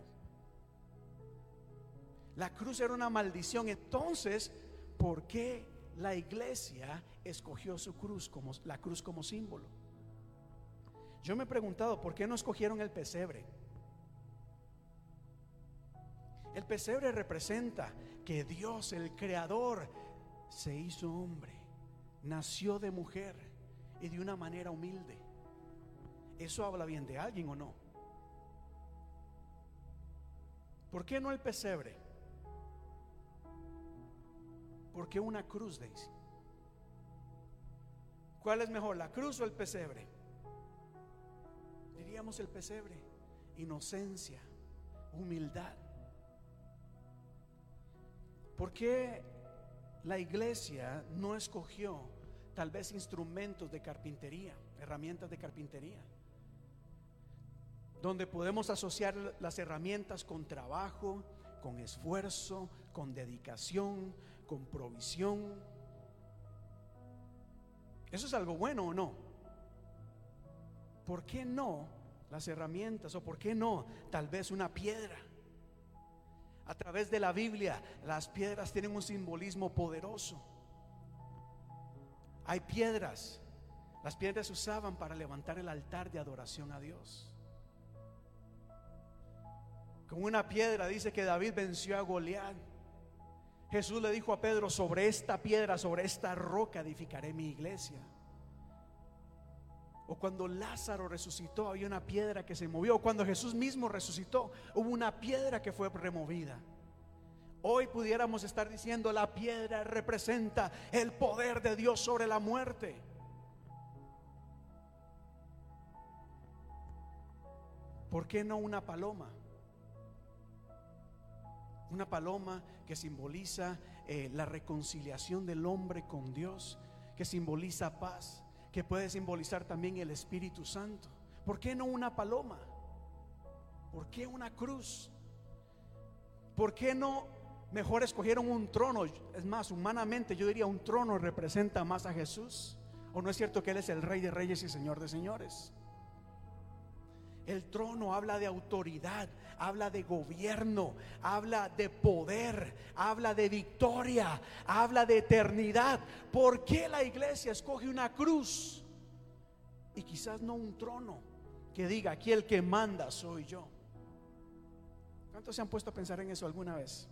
La cruz era una maldición. Entonces, ¿por qué la iglesia escogió su cruz como, la cruz como símbolo? Yo me he preguntado, ¿por qué no escogieron el pesebre? El pesebre representa que Dios, el creador, se hizo hombre, nació de mujer y de una manera humilde. ¿Eso habla bien de alguien o no? ¿Por qué no el pesebre? ¿Por qué una cruz, Daisy? ¿Cuál es mejor, la cruz o el pesebre? Diríamos el pesebre. Inocencia, humildad. ¿Por qué la iglesia no escogió tal vez instrumentos de carpintería, herramientas de carpintería, donde podemos asociar las herramientas con trabajo, con esfuerzo, con dedicación, con provisión? ¿Eso es algo bueno o no? ¿Por qué no las herramientas, o por qué no tal vez una piedra? A través de la Biblia, las piedras tienen un simbolismo poderoso. Hay piedras, las piedras se usaban para levantar el altar de adoración a Dios. Con una piedra dice que David venció a Goliat. Jesús le dijo a Pedro: sobre esta piedra, sobre esta roca edificaré mi iglesia. O cuando Lázaro resucitó, había una piedra que se movió. O cuando Jesús mismo resucitó, hubo una piedra que fue removida. Hoy pudiéramos estar diciendo: la piedra representa el poder de Dios sobre la muerte. ¿Por qué no una paloma? Una paloma que simboliza eh, la reconciliación del hombre con Dios, que simboliza paz, que puede simbolizar también el Espíritu Santo. ¿Por qué no una paloma? ¿Por qué una cruz? ¿Por qué no mejor escogieron un trono? Es más, humanamente yo diría un trono representa más a Jesús. ¿O no es cierto que Él es el Rey de Reyes y Señor de Señores? El trono habla de autoridad, habla de gobierno, habla de poder, habla de victoria, habla de eternidad. ¿Por qué la iglesia escoge una cruz y quizás no un trono que diga: aquí el que manda soy yo? ¿Cuántos se han puesto a pensar en eso alguna vez?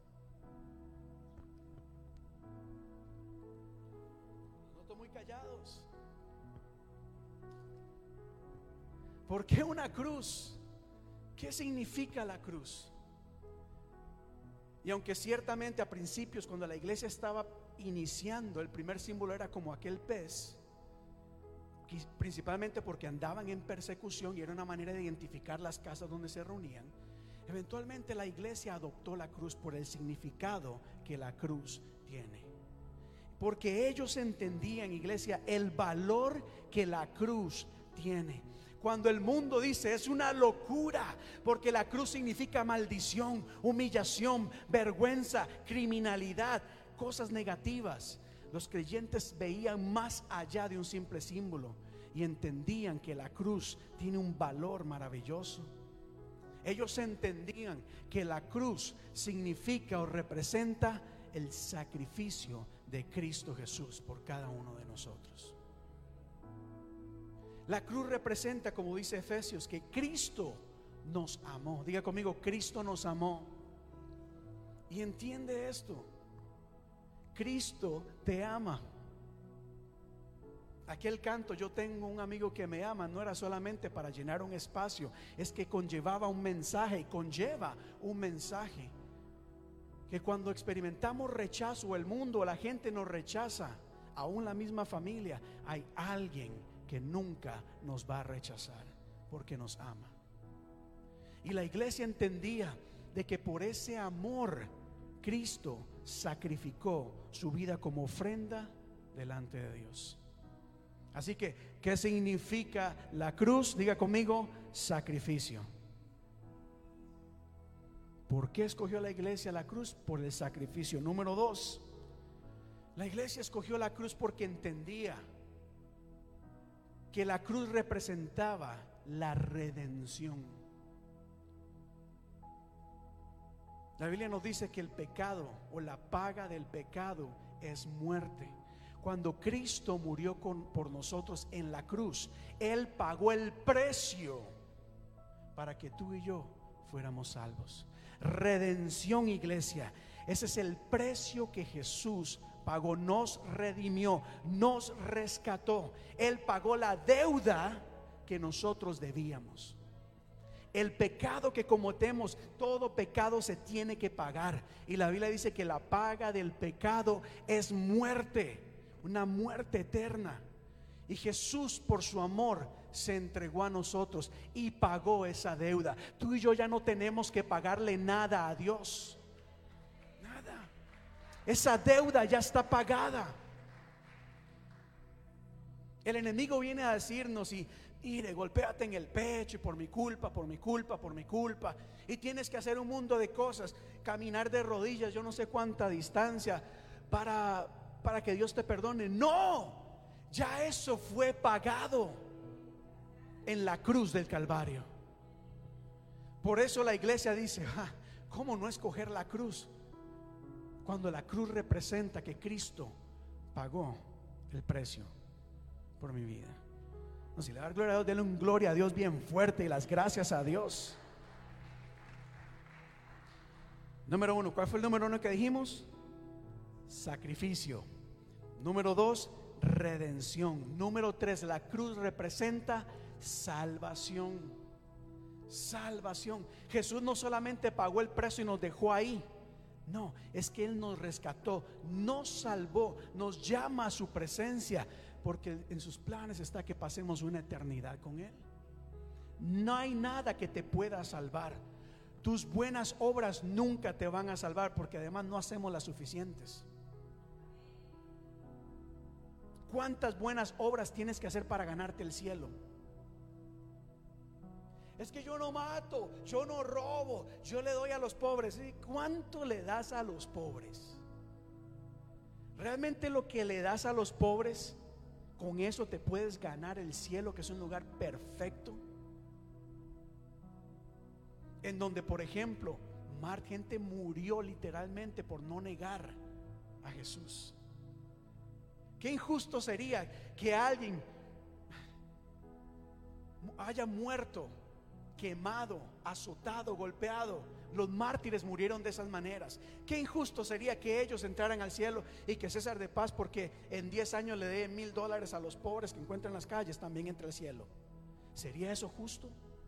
Los noto muy callados. ¿Por qué una cruz? ¿Qué significa la cruz? Y aunque ciertamente a principios, cuando la iglesia estaba iniciando, el primer símbolo era como aquel pez, principalmente porque andaban en persecución y era una manera de identificar las casas donde se reunían. Eventualmente la iglesia adoptó la cruz por el significado que la cruz tiene, porque ellos entendían, iglesia, el valor que la cruz tiene. Cuando el mundo dice es una locura, porque la cruz significa maldición, humillación, vergüenza, criminalidad, cosas negativas, los creyentes veían más allá de un simple símbolo y entendían que la cruz tiene un valor maravilloso. Ellos entendían que la cruz significa o representa el sacrificio de Cristo Jesús por cada uno de nosotros. La cruz representa, como dice Efesios, que Cristo nos amó. Diga conmigo: Cristo nos amó. Y entiende esto: Cristo te ama. Aquel canto, yo tengo un amigo que me ama, no era solamente para llenar un espacio, es que conllevaba un mensaje, y conlleva un mensaje. Que cuando experimentamos rechazo, o el mundo o la gente nos rechaza, aún la misma familia, hay alguien que nunca nos va a rechazar porque nos ama. Y la iglesia entendía de que por ese amor Cristo sacrificó su vida como ofrenda delante de Dios. Así que, ¿qué significa la cruz? Diga conmigo: sacrificio. ¿Por qué escogió la iglesia la cruz? Por el sacrificio. Número dos, la iglesia escogió la cruz porque entendía que la cruz representaba la redención. La Biblia nos dice que el pecado o la paga del pecado es muerte. Cuando Cristo murió con, por nosotros en la cruz, Él pagó el precio para que tú y yo fuéramos salvos. Redención, iglesia, ese es el precio que Jesús pagó. Nos redimió, nos rescató. Él pagó la deuda que nosotros debíamos. El pecado que cometemos, todo pecado se tiene que pagar. Y la Biblia dice que la paga del pecado es muerte, una muerte eterna. Y Jesús, por su amor, se entregó a nosotros y pagó esa deuda. Tú y yo ya no tenemos que pagarle nada a Dios. Nada. Esa deuda ya está pagada. El enemigo viene a decirnos y mire, golpéate en el pecho y por mi culpa, por mi culpa, por mi culpa. Y tienes que hacer un mundo de cosas, caminar de rodillas, yo no sé cuánta distancia para, para que Dios te perdone. No, ya eso fue pagado en la cruz del Calvario. Por eso la iglesia dice, ah, ¿cómo no escoger la cruz? Cuando la cruz representa que Cristo pagó el precio por mi vida. No, si le da gloria a Dios, denle un gloria a Dios bien fuerte y las gracias a Dios. Número uno, ¿cuál fue el número uno que dijimos? Sacrificio. Número dos, redención. Número tres, la cruz representa salvación. Salvación. Jesús no solamente pagó el precio y nos dejó ahí. No, es que Él nos rescató, nos salvó, nos llama a su presencia, porque en sus planes está que pasemos una eternidad con Él. No hay nada que te pueda salvar. Tus buenas obras nunca te van a salvar, porque además no hacemos las suficientes. ¿Cuántas buenas obras tienes que hacer para ganarte el cielo? Es que yo no mato, yo no robo, yo le doy a los pobres. ¿Y cuánto le das a los pobres? ¿Realmente lo que le das a los pobres, con eso te puedes ganar el cielo, que es un lugar perfecto? En donde, por ejemplo, más gente murió literalmente por no negar a Jesús. Qué injusto sería que alguien haya muerto quemado, azotado, golpeado. Los mártires murieron de esas maneras. Qué injusto sería que ellos entraran al cielo y que César de Paz, porque en diez años le dé mil dólares a los pobres que encuentran en las calles, también entre al cielo. ¿Sería eso justo?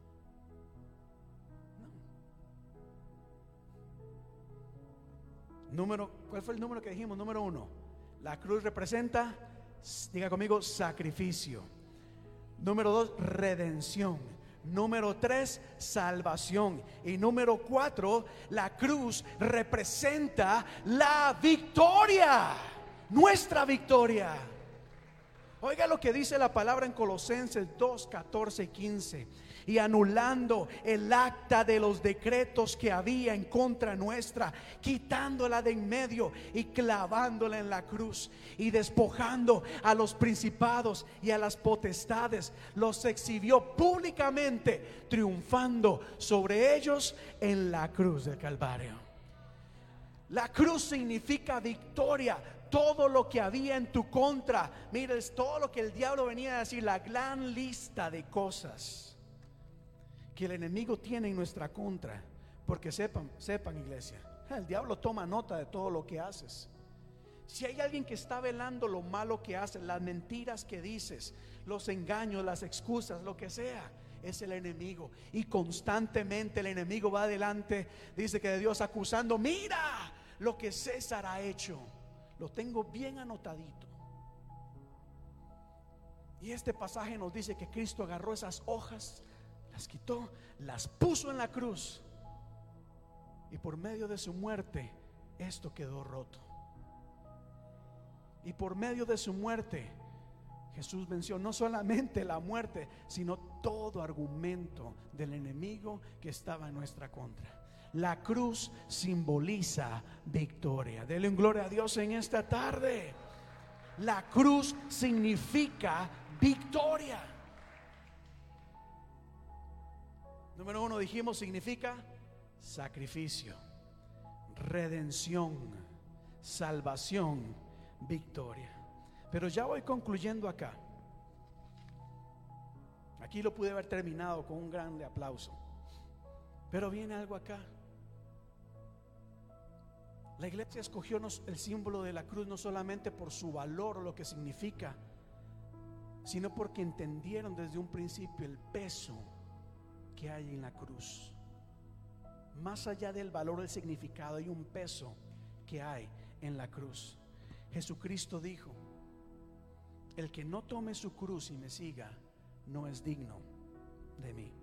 No. Número, ¿cuál fue el número que dijimos? Número uno, la cruz representa, diga conmigo, sacrificio. Número dos, redención. Número tres, salvación. Y número cuatro, la cruz representa la victoria, nuestra victoria. Oiga lo que dice la palabra en Colosenses dos, catorce y quince. Y anulando el acta de los decretos que había en contra nuestra, quitándola de en medio y clavándola en la cruz, y despojando a los principados y a las potestades, los exhibió públicamente, triunfando sobre ellos en la cruz del Calvario. La cruz significa victoria. Todo lo que había en tu contra, mires, todo lo que el diablo venía a decir, la gran lista de cosas que el enemigo tiene en nuestra contra. Porque sepan, sepan iglesia, el diablo toma nota de todo lo que haces. Si hay alguien que está velando lo malo que haces, las mentiras que dices, los engaños, las excusas, lo que sea, es el enemigo. Y constantemente el enemigo va adelante, dice que de Dios acusando, mira lo que César ha hecho. Lo tengo bien anotadito. Y este pasaje nos dice que Cristo agarró esas hojas, las quitó, las puso en la cruz, y por medio de su muerte esto quedó roto. Y por medio de su muerte Jesús venció no solamente la muerte, sino todo argumento del enemigo que estaba en nuestra contra. La cruz simboliza victoria. Denle un gloria a Dios en esta tarde. La cruz significa victoria. Número uno, dijimos, significa sacrificio, redención, salvación, victoria. Pero ya voy concluyendo acá. Aquí lo pude haber terminado con un grande aplauso, pero viene algo acá. La iglesia escogió el símbolo de la cruz no solamente por su valor o lo que significa, sino porque entendieron desde un principio el peso que hay en la cruz. Más allá del valor o el significado, hay un peso que hay en la cruz. Jesucristo dijo: el que no tome su cruz y me siga no es digno de mí.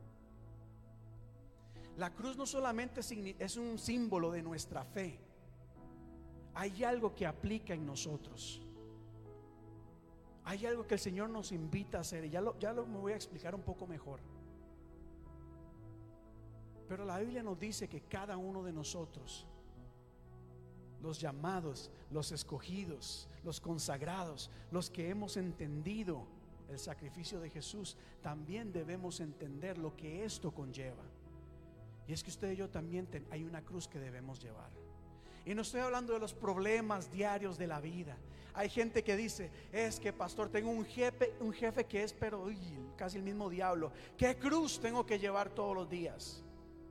La cruz no solamente es un símbolo de nuestra fe, hay algo que aplica en nosotros. Hay algo que el Señor nos invita a hacer, y ya lo, ya lo me voy a explicar un poco mejor. Pero la Biblia nos dice que cada uno de nosotros, los llamados, los escogidos, los consagrados, los que hemos entendido el sacrificio de Jesús, también debemos entender lo que esto conlleva. Y es que usted y yo también ten, hay una cruz que debemos llevar. Y no estoy hablando de los problemas diarios de la vida. Hay gente que dice: es que, pastor, tengo un jefe, un jefe que es pero uy, casi el mismo diablo. ¿Qué cruz tengo que llevar todos los días?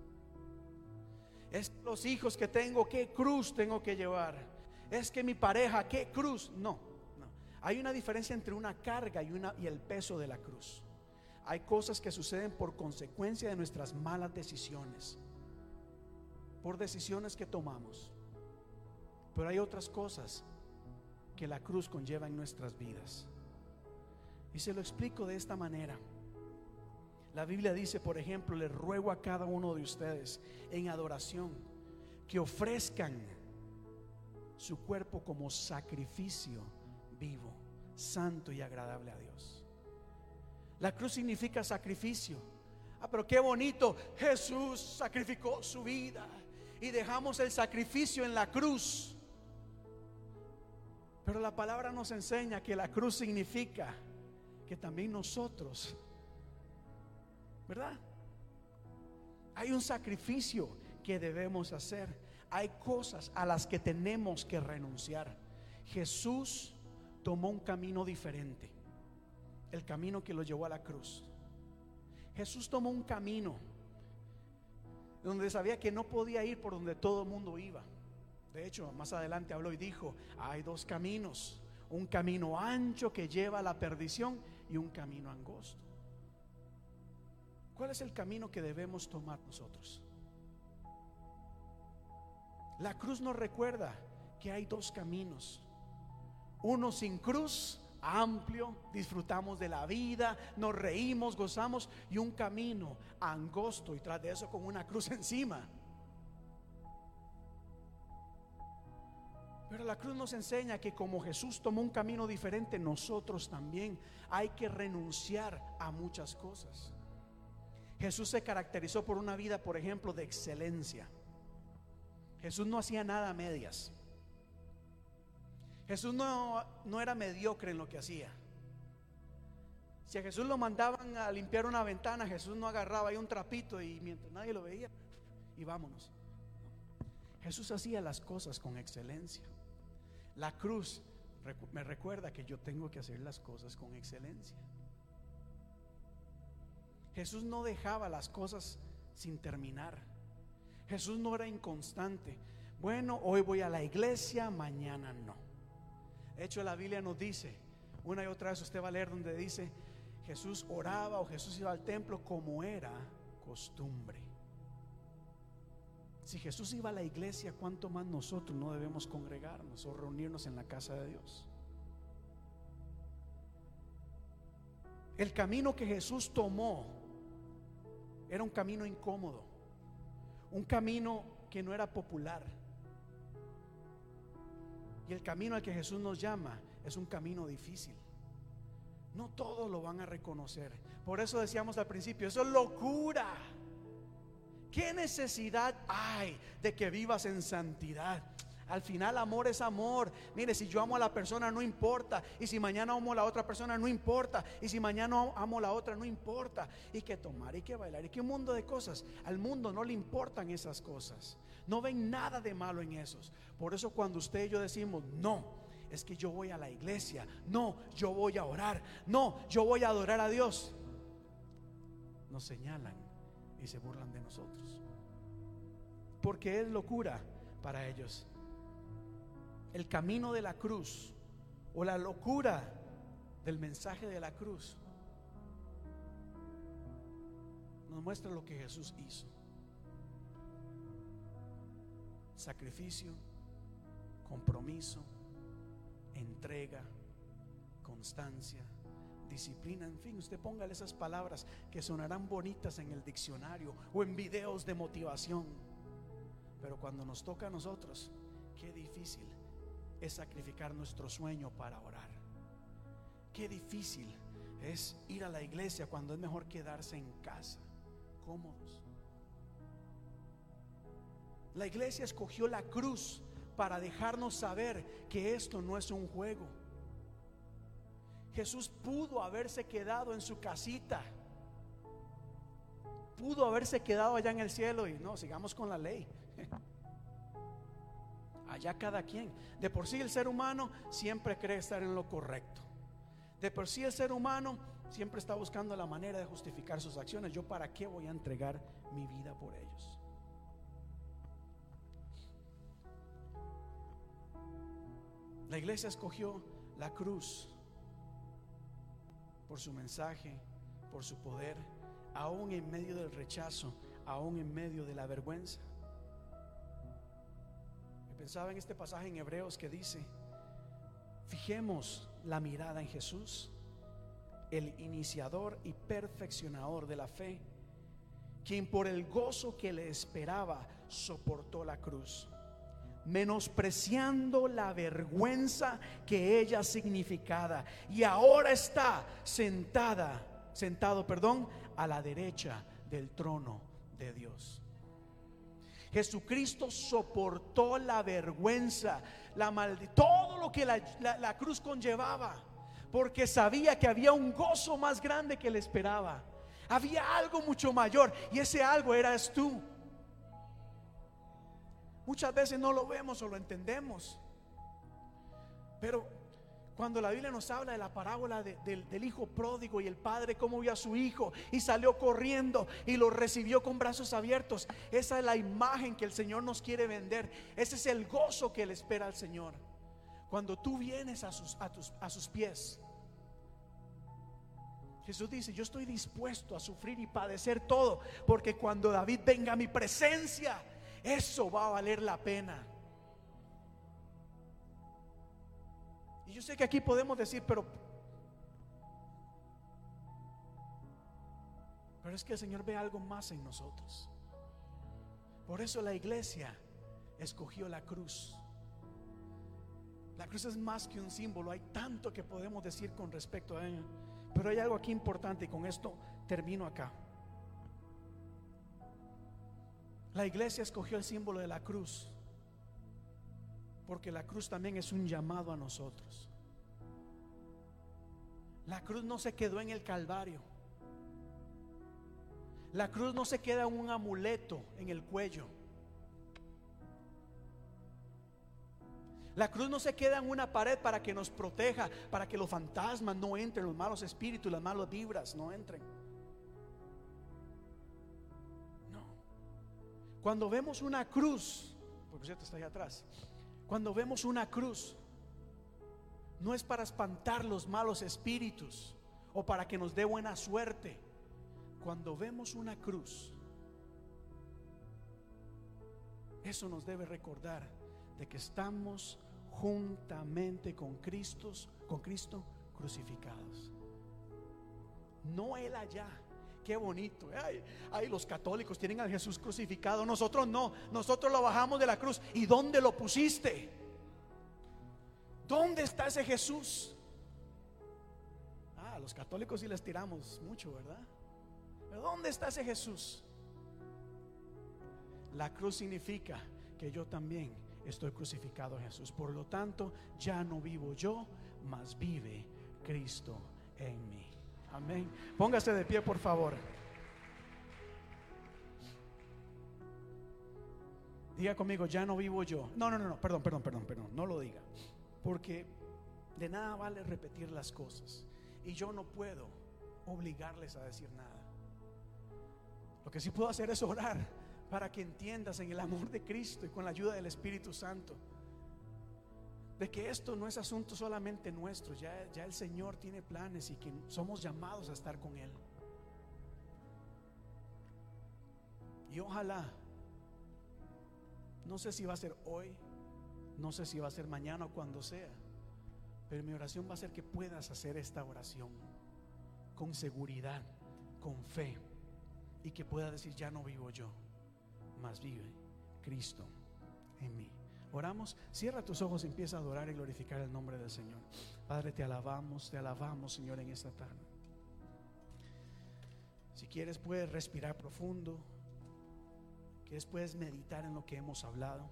Es los hijos que tengo, ¿qué cruz tengo que llevar? Es que mi pareja, ¿qué cruz? No, no. Hay una diferencia entre una carga y, una, y el peso de la cruz. Hay cosas que suceden por consecuencia de nuestras malas decisiones, por decisiones que tomamos. Pero hay otras cosas que la cruz conlleva en nuestras vidas. Y se lo explico de esta manera. La Biblia dice, por ejemplo: les ruego a cada uno de ustedes en adoración que ofrezcan su cuerpo como sacrificio vivo, santo y agradable a Dios. La cruz significa sacrificio. Ah, pero qué bonito, Jesús sacrificó su vida y dejamos el sacrificio en la cruz. Pero la palabra nos enseña que la cruz significa que también nosotros, ¿verdad? Hay un sacrificio que debemos hacer. Hay cosas a las que tenemos que renunciar. Jesús tomó un camino diferente, el camino que lo llevó a la cruz. Jesús tomó un camino donde sabía que no podía ir por donde todo el mundo iba. De hecho, más adelante habló y dijo: hay dos caminos, un camino ancho que lleva a la perdición y un camino angosto. ¿Cuál es el camino que debemos tomar nosotros? La cruz nos recuerda que hay dos caminos: uno sin cruz, amplio, disfrutamos de la vida, nos reímos, gozamos, y un camino angosto y tras de eso con una cruz encima. Pero la cruz nos enseña que como Jesús tomó un camino diferente, nosotros también hay que renunciar a muchas cosas. Jesús se caracterizó por una vida, por ejemplo, de excelencia. Jesús no hacía nada a medias. Jesús no, no era mediocre en lo que hacía. Si a Jesús lo mandaban a limpiar una ventana, Jesús no agarraba ahí un trapito y mientras nadie lo veía, y vámonos. Jesús hacía las cosas con excelencia. La cruz me recuerda que yo tengo que hacer las cosas con excelencia. Jesús no dejaba las cosas sin terminar. Jesús no era inconstante. Bueno, hoy voy a la iglesia, mañana no. De hecho, la Biblia nos dice, una y otra vez usted va a leer donde dice: Jesús oraba o Jesús iba al templo como era costumbre. Si Jesús iba a la iglesia, ¿cuánto más nosotros no debemos congregarnos o reunirnos en la casa de Dios? El camino que Jesús tomó era un camino incómodo, un camino que no era popular. Y el camino al que Jesús nos llama es un camino difícil. No todos lo van a reconocer. Por eso decíamos al principio: eso es locura. ¿Qué necesidad hay de que vivas en santidad? Al final amor es amor. Mire, si yo amo a la persona no importa, y si mañana amo a la otra persona no importa, y si mañana amo a la otra no importa. Y que tomar y que bailar y que un mundo de cosas. Al mundo no le importan esas cosas. No ven nada de malo en esos. Por eso cuando usted y yo decimos no, es que yo voy a la iglesia, no, yo voy a orar, no, yo voy a adorar a Dios, nos señalan y se burlan de nosotros, porque es locura para ellos. El camino de la cruz o la locura del mensaje de la cruz nos muestra lo que Jesús hizo: sacrificio, compromiso, entrega, constancia, disciplina. En fin, usted póngale esas palabras que sonarán bonitas en el diccionario o en videos de motivación, pero cuando nos toca a nosotros, qué difícil es sacrificar nuestro sueño para orar. Qué difícil es ir a la iglesia cuando es mejor quedarse en casa, cómodos. La iglesia escogió la cruz para dejarnos saber que esto no es un juego. Jesús pudo haberse quedado en su casita, pudo haberse quedado allá en el cielo y no, sigamos con la ley. Allá cada quien. De por sí el ser humano siempre cree estar en lo correcto. De por sí el ser humano siempre está buscando la manera de justificar sus acciones. ¿Yo para qué voy a entregar mi vida por ellos? La iglesia escogió la cruz por su mensaje, por su poder, aún en medio del rechazo, aún en medio de la vergüenza. Pensaba en este pasaje en Hebreos que dice: fijemos la mirada en Jesús, el iniciador y perfeccionador de la fe, quien por el gozo que le esperaba soportó la cruz, menospreciando la vergüenza que ella significaba, y ahora está sentada, sentado, perdón, a la derecha del trono de Dios. Jesucristo soportó la vergüenza, la maldición, todo lo que la, la, la cruz conllevaba, porque sabía que había un gozo más grande que le esperaba. Había algo mucho mayor, y ese algo eras tú. Muchas veces no lo vemos o lo entendemos, pero cuando la Biblia nos habla de la parábola de, de, del hijo pródigo y el padre cómo vio a su hijo y salió corriendo y lo recibió con brazos abiertos, esa es la imagen que el Señor nos quiere vender. Ese es el gozo que le espera al Señor cuando tú vienes a sus, a tus, a sus pies. Jesús dice: yo estoy dispuesto a sufrir y padecer todo, porque cuando David venga a mi presencia, eso va a valer la pena. Y yo sé que aquí podemos decir, pero Pero es que el Señor ve algo más en nosotros. Por eso la iglesia escogió la cruz. La cruz es más que un símbolo. Hay tanto que podemos decir con respecto a ella, pero hay algo aquí importante, y con esto termino acá. La iglesia escogió el símbolo de la cruz porque la cruz también es un llamado a nosotros. La cruz no se quedó en el Calvario. La cruz no se queda en un amuleto en el cuello. La cruz no se queda en una pared para que nos proteja, para que los fantasmas no entren, los malos espíritus, las malas vibras no entren. No. Cuando vemos una cruz, por cierto está ahí atrás, cuando vemos una cruz, no es para espantar los malos espíritus o para que nos dé buena suerte. Cuando vemos una cruz, eso nos debe recordar de que estamos juntamente con Cristo, con Cristo crucificados. No Él allá. Qué bonito. Ay, ay, los católicos tienen a Jesús crucificado. Nosotros no. Nosotros lo bajamos de la cruz. ¿Y dónde lo pusiste? ¿Dónde está ese Jesús? Ah, a los católicos sí les tiramos mucho, ¿verdad? Pero ¿dónde está ese Jesús? La cruz significa que yo también estoy crucificado en Jesús. Por lo tanto, ya no vivo yo, mas vive Cristo en mí. Amén. Póngase de pie, por favor. Diga conmigo, ya no vivo yo. No, no, no, no, perdón, perdón, perdón, perdón. No lo diga. Porque de nada vale repetir las cosas. Y yo no puedo obligarles a decir nada. Lo que sí puedo hacer es orar para que entiendas en el amor de Cristo y con la ayuda del Espíritu Santo de que esto no es asunto solamente nuestro. Ya, ya el Señor tiene planes y que somos llamados a estar con Él. Y ojalá, no sé si va a ser hoy, no sé si va a ser mañana o cuando sea, pero mi oración va a ser que puedas hacer esta oración con seguridad, con fe, y que puedas decir, ya no vivo yo, mas vive Cristo en mí. Oramos. Cierra tus ojos y empieza a adorar y glorificar el nombre del Señor. Padre, te alabamos, te alabamos, Señor, en esta tarde. Si quieres puedes respirar profundo. ¿Quieres? Puedes meditar en lo que hemos hablado.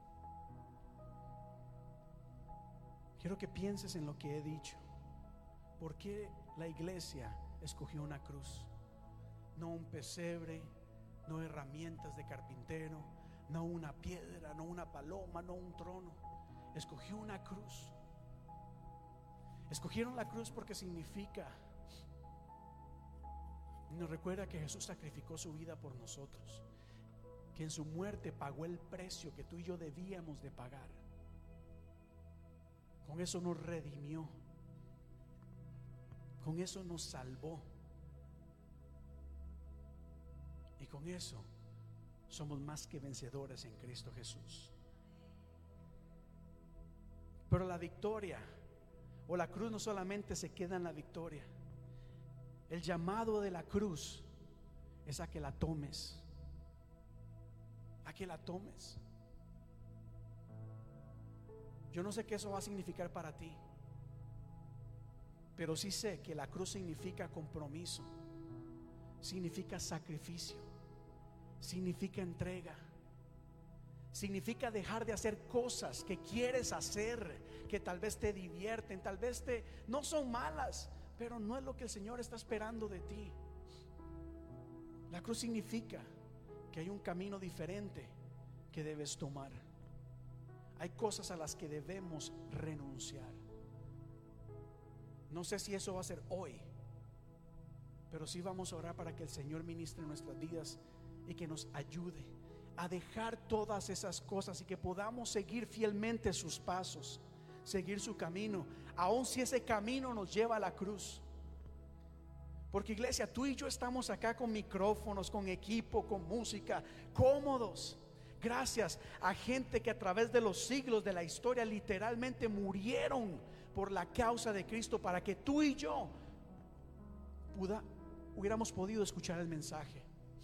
Quiero que pienses en lo que he dicho. ¿Por qué la iglesia escogió una cruz? No un pesebre, no herramientas de carpintero, no una piedra, no una paloma, no un trono. Escogió una cruz. Escogieron la cruz porque significa, nos recuerda que Jesús sacrificó su vida por nosotros, que en su muerte pagó el precio que tú y yo debíamos de pagar. Con eso nos redimió, con eso nos salvó, y con eso somos más que vencedores en Cristo Jesús. Pero la victoria o la cruz no solamente se queda en la victoria. El llamado de la cruz es a que la tomes, a que la tomes. Yo no sé qué eso va a significar para ti, pero sí sé que la cruz significa compromiso, significa sacrificio, significa entrega, significa dejar de hacer cosas que quieres hacer, que tal vez te divierten, tal vez te no son malas, pero no es lo que el Señor está esperando de ti. La cruz significa que hay un camino diferente que debes tomar. Hay cosas a las que debemos renunciar. No sé si eso va a ser hoy, pero sí vamos a orar para que el Señor ministre en nuestras vidas y que nos ayude a dejar todas esas cosas y que podamos seguir fielmente sus pasos, seguir su camino, aun si ese camino nos lleva a la cruz. Porque, iglesia, tú y yo estamos acá con micrófonos, con equipo, con música, cómodos, gracias a gente que a través de los siglos de la historia literalmente murieron por la causa de Cristo, para que tú y yo puda, hubiéramos podido escuchar el mensaje.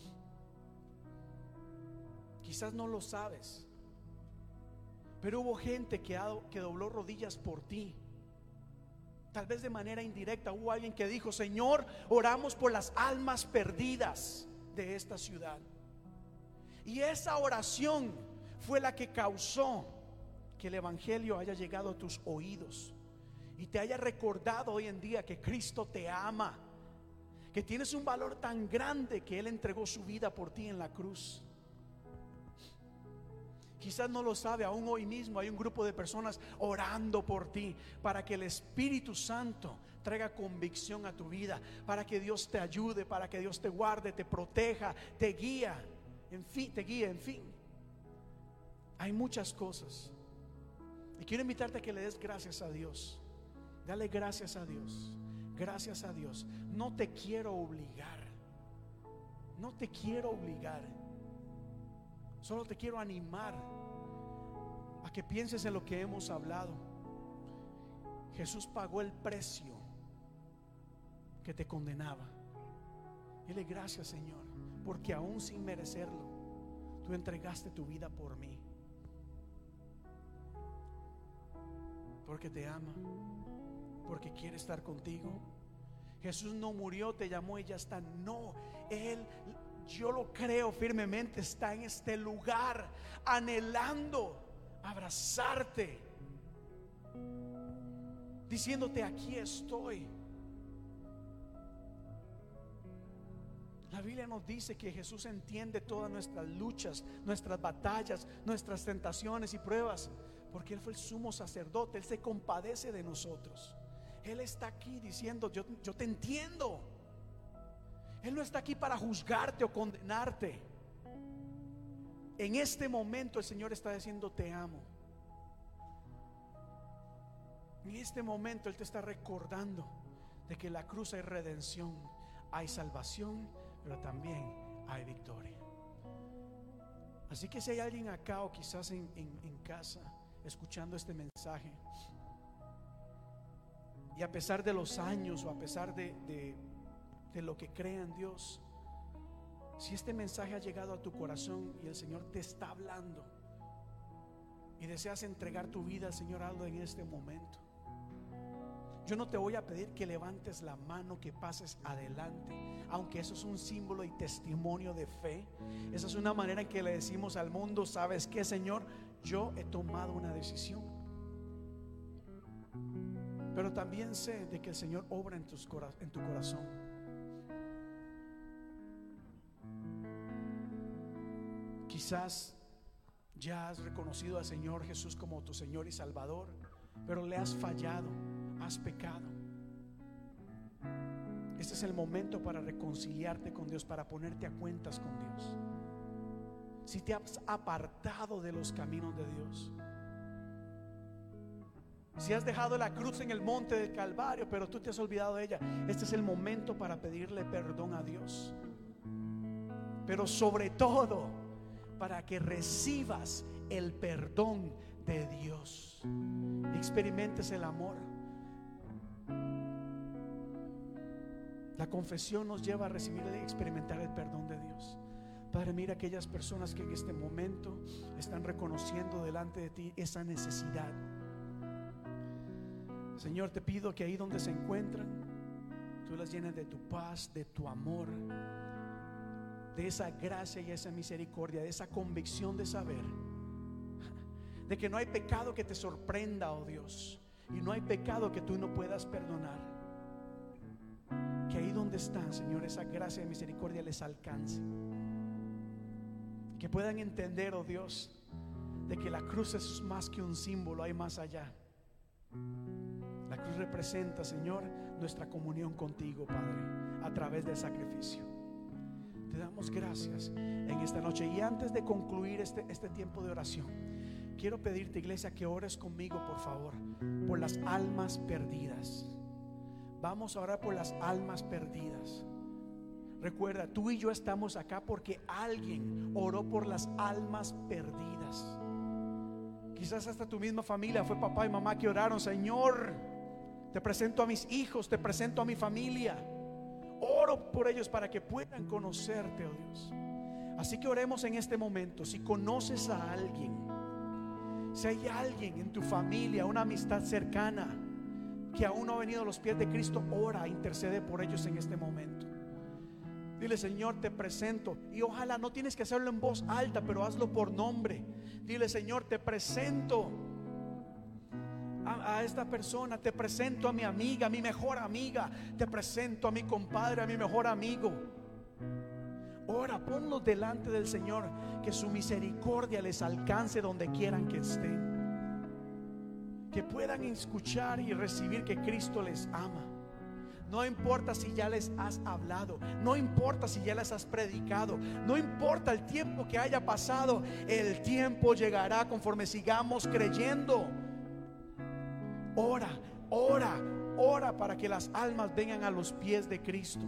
Quizás no lo sabes, pero hubo gente que, que dobló rodillas por ti. Tal vez de manera indirecta hubo alguien que dijo: Señor, oramos por las almas perdidas de esta ciudad. Y esa oración fue la que causó que el evangelio haya llegado a tus oídos y te haya recordado hoy en día que Cristo te ama, que tienes un valor tan grande que Él entregó su vida por ti en la cruz. Quizás no lo sabe, aún hoy mismo hay un grupo de personas orando por ti para que el Espíritu Santo traiga convicción a tu vida, para que Dios te ayude, para que Dios te guarde, te proteja, te guía, en fin, te guíe, en fin. Hay muchas cosas. Y quiero invitarte a que le des gracias a Dios. Dale gracias a Dios. Gracias a Dios. No te quiero obligar. No te quiero obligar. Solo te quiero animar a que pienses en lo que hemos hablado. Jesús pagó el precio que te condenaba. Dile gracias, Señor, porque aún sin merecerlo, tú entregaste tu vida por mí. Porque te ama, porque quiere estar contigo. Jesús no murió, te llamó y ya está. No, Él, yo lo creo firmemente, está en este lugar anhelando abrazarte, diciéndote: aquí estoy. La Biblia nos dice que Jesús entiende todas nuestras luchas, nuestras batallas, nuestras tentaciones y pruebas, porque Él fue el sumo sacerdote. Él se compadece de nosotros. Él está aquí diciendo: yo, yo te entiendo. Él no está aquí para juzgarte o condenarte. En este momento el Señor está diciendo: te amo. En este momento Él te está recordando de que en la cruz hay redención, hay salvación, pero también hay victoria. Así que si hay alguien acá o quizás en, en, en casa escuchando este mensaje, y a pesar de los años o a pesar de, de, de lo que crea en Dios, si este mensaje ha llegado a tu corazón y el Señor te está hablando y deseas entregar tu vida al Señor, hazlo en este momento. Yo no te voy a pedir que levantes la mano, que pases adelante, aunque eso es un símbolo y testimonio de fe. Esa es una manera en que le decimos al mundo: ¿sabes qué, Señor? Yo he tomado una decisión. Pero también sé de que el Señor obra en, tus, en tu corazón. Quizás ya has reconocido al Señor Jesús como tu Señor y Salvador, pero le has fallado, has pecado. Este es el momento para reconciliarte con Dios, para ponerte a cuentas con Dios. Si te has apartado de los caminos de Dios, si has dejado la cruz en el monte del Calvario, pero tú te has olvidado de ella, este es el momento para pedirle perdón a Dios. Pero sobre todo, para que recibas el perdón de Dios, experimentes el amor. La confesión nos lleva a recibir y experimentar el perdón de Dios. Padre, mira aquellas personas que en este momento están reconociendo delante de ti esa necesidad. Señor, te pido que ahí donde se encuentran, tú las llenes de tu paz, de tu amor, de esa gracia y esa misericordia, de esa convicción de saber de que no hay pecado que te sorprenda, oh Dios, y no hay pecado que tú no puedas perdonar. Que ahí donde están, Señor, esa gracia y misericordia les alcance, que puedan entender, oh Dios, de que la cruz es más que un símbolo, hay más allá. La cruz representa, Señor, nuestra comunión contigo, Padre, a través del sacrificio. Te damos gracias en esta noche. Y antes de concluir este, este tiempo de oración, quiero pedirte, iglesia, que ores conmigo, por favor, por las almas perdidas. Vamos a orar por las almas perdidas. Recuerda, tú y yo estamos acá porque alguien oró por las almas perdidas. Quizás hasta tu misma familia, fue papá y mamá que oraron: Señor, te presento a mis hijos, te presento a mi familia. Oro por ellos para que puedan conocerte, oh Dios. Así que oremos en este momento. Si conoces a alguien, si hay alguien en tu familia, una amistad cercana que aún no ha venido a los pies de Cristo, ora, intercede por ellos en este momento. Dile: Señor, te presento. Y ojalá no tienes que hacerlo en voz alta, pero hazlo por nombre. Dile: Señor, te presento a, a esta persona, te presento a mi amiga, a mi mejor amiga, te presento a mi compadre, a mi mejor amigo. Ora, ponlos delante del Señor, que su misericordia les alcance donde quieran que estén, que puedan escuchar y recibir que Cristo les ama. No importa si ya les has hablado, no importa si ya les has predicado, no importa el tiempo que haya pasado, el tiempo llegará conforme sigamos creyendo. Ora, ora, ora para que las almas vengan a los pies de Cristo.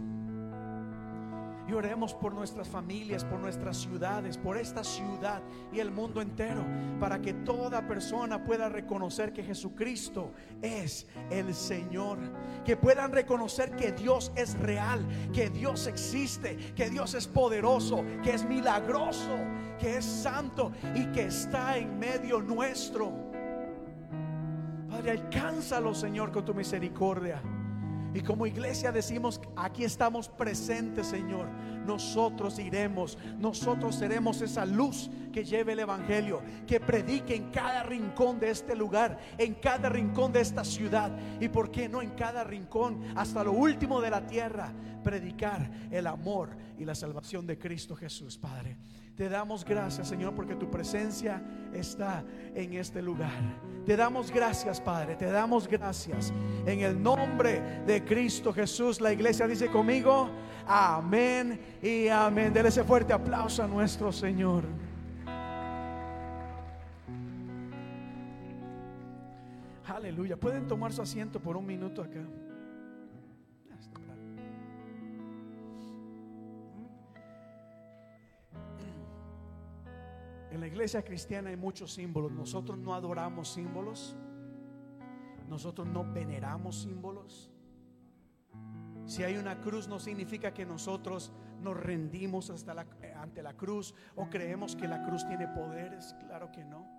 Y oremos por nuestras familias, por nuestras ciudades, por esta ciudad y el mundo entero, para que toda persona pueda reconocer que Jesucristo es el Señor. Que puedan reconocer que Dios es real, que Dios existe, que Dios es poderoso, que es milagroso, que es santo y que está en medio nuestro. Padre, alcánzalo, Señor, con tu misericordia. Y como iglesia decimos, aquí estamos presentes, Señor. Nosotros iremos, nosotros seremos esa luz que lleve el evangelio, que predique en cada rincón de este lugar, en cada rincón de esta ciudad, y por qué no en cada rincón, hasta lo último de la tierra, predicar el amor y la salvación de Cristo Jesús. Padre, te damos gracias, Señor, porque tu presencia está en este lugar. Te damos gracias, Padre, te damos gracias en el nombre de Cristo Jesús. La iglesia dice conmigo, amén y amén. Dele ese fuerte aplauso a nuestro Señor. Aleluya. Pueden tomar su asiento por un minuto acá. En la iglesia cristiana hay muchos símbolos. Nosotros no adoramos símbolos. Nosotros no veneramos símbolos. Si hay una cruz, no significa que nosotros nos rendimos hasta la, ante la cruz, o creemos que la cruz tiene poderes. Claro que no.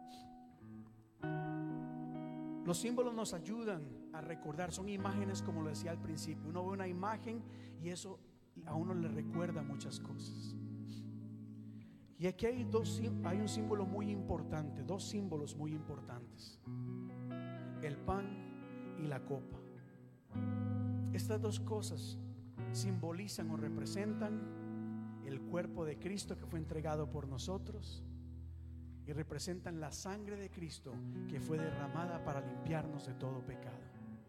Los símbolos nos ayudan a recordar. Son imágenes, como lo decía al principio. Uno ve una imagen y eso a uno le recuerda muchas cosas. Y aquí hay dos, hay un símbolo muy importante, dos símbolos muy importantes: el pan y la copa. Estas dos cosas simbolizan o representan el cuerpo de Cristo que fue entregado por nosotros, y representan la sangre de Cristo que fue derramada para limpiarnos de todo pecado.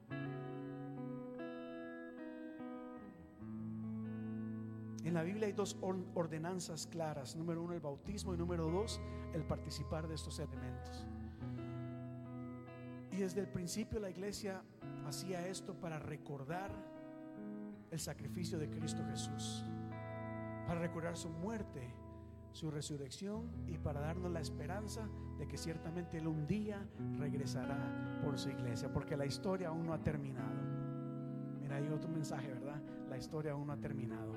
En la Biblia hay dos ordenanzas claras: número uno, el bautismo, y número dos, el participar de estos elementos. Y desde el principio la iglesia hacía esto para recordar el sacrificio de Cristo Jesús, para recordar su muerte, su resurrección, y para darnos la esperanza de que ciertamente Él un día regresará por su iglesia, porque la historia aún no ha terminado. Mira, hay otro mensaje, ¿verdad? La historia aún no ha terminado.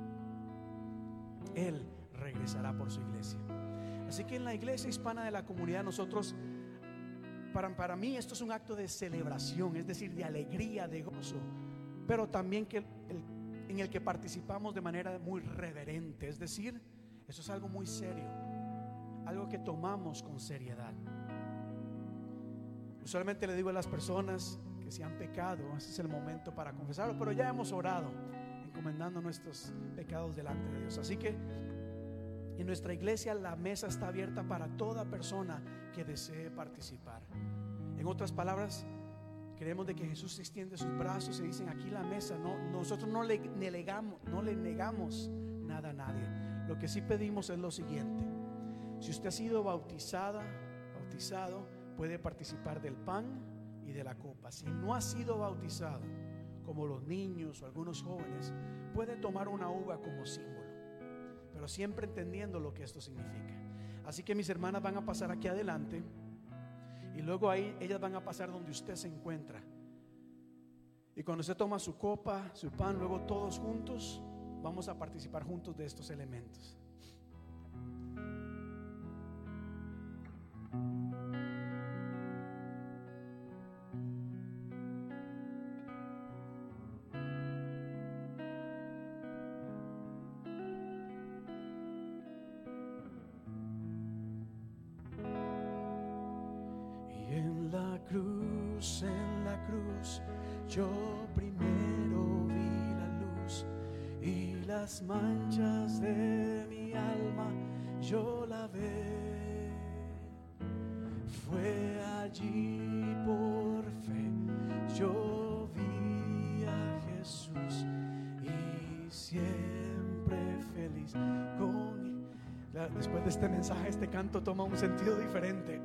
Él regresará por su iglesia. Así que en la iglesia hispana de la comunidad, nosotros, para, para mí esto es un acto de celebración, es decir, de alegría, de gozo, pero también que el, el, en el que participamos de manera muy reverente. Es decir, eso es algo muy serio, algo que tomamos con seriedad. Usualmente le digo a las personas que si han pecado, ese es el momento para confesarlo, pero ya hemos orado encomendando nuestros pecados delante de Dios. Así que en nuestra iglesia la mesa está abierta para toda persona que desee participar. En otras palabras, creemos de que Jesús extiende sus brazos y dicen: aquí la mesa. No, nosotros no le negamos, no le negamos nada a nadie. Lo que sí pedimos es lo siguiente: si usted ha sido bautizada, bautizado, puede participar del pan y de la copa. Si no ha sido bautizado, como los niños o algunos jóvenes, puede tomar una uva como símbolo, pero siempre entendiendo lo que esto significa. Así que mis hermanas van a pasar aquí adelante, y luego ahí ellas van a pasar donde usted se encuentra. Y cuando usted toma su copa, su pan, luego todos juntos vamos a participar juntos de estos elementos. Cruz, en la cruz, yo primero vi la luz, y las manchas de mi alma yo lavé. Fue allí por fe, yo vi a Jesús, y siempre feliz con él. Después de este mensaje, este canto toma un sentido diferente.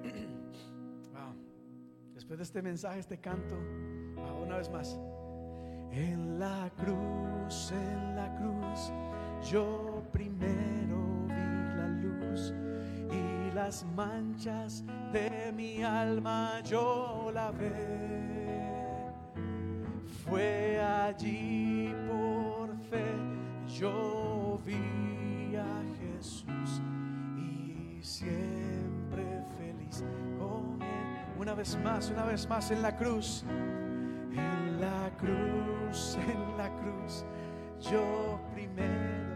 Después de este mensaje, este canto, una vez más: en la cruz, en la cruz, yo primero vi la luz, y las manchas de mi alma yo lavé. Fue allí por fe, yo vi a Jesús, y siempre feliz con él. Una vez más, una vez más, en la cruz, en la cruz. cruz, en la cruz, yo primero,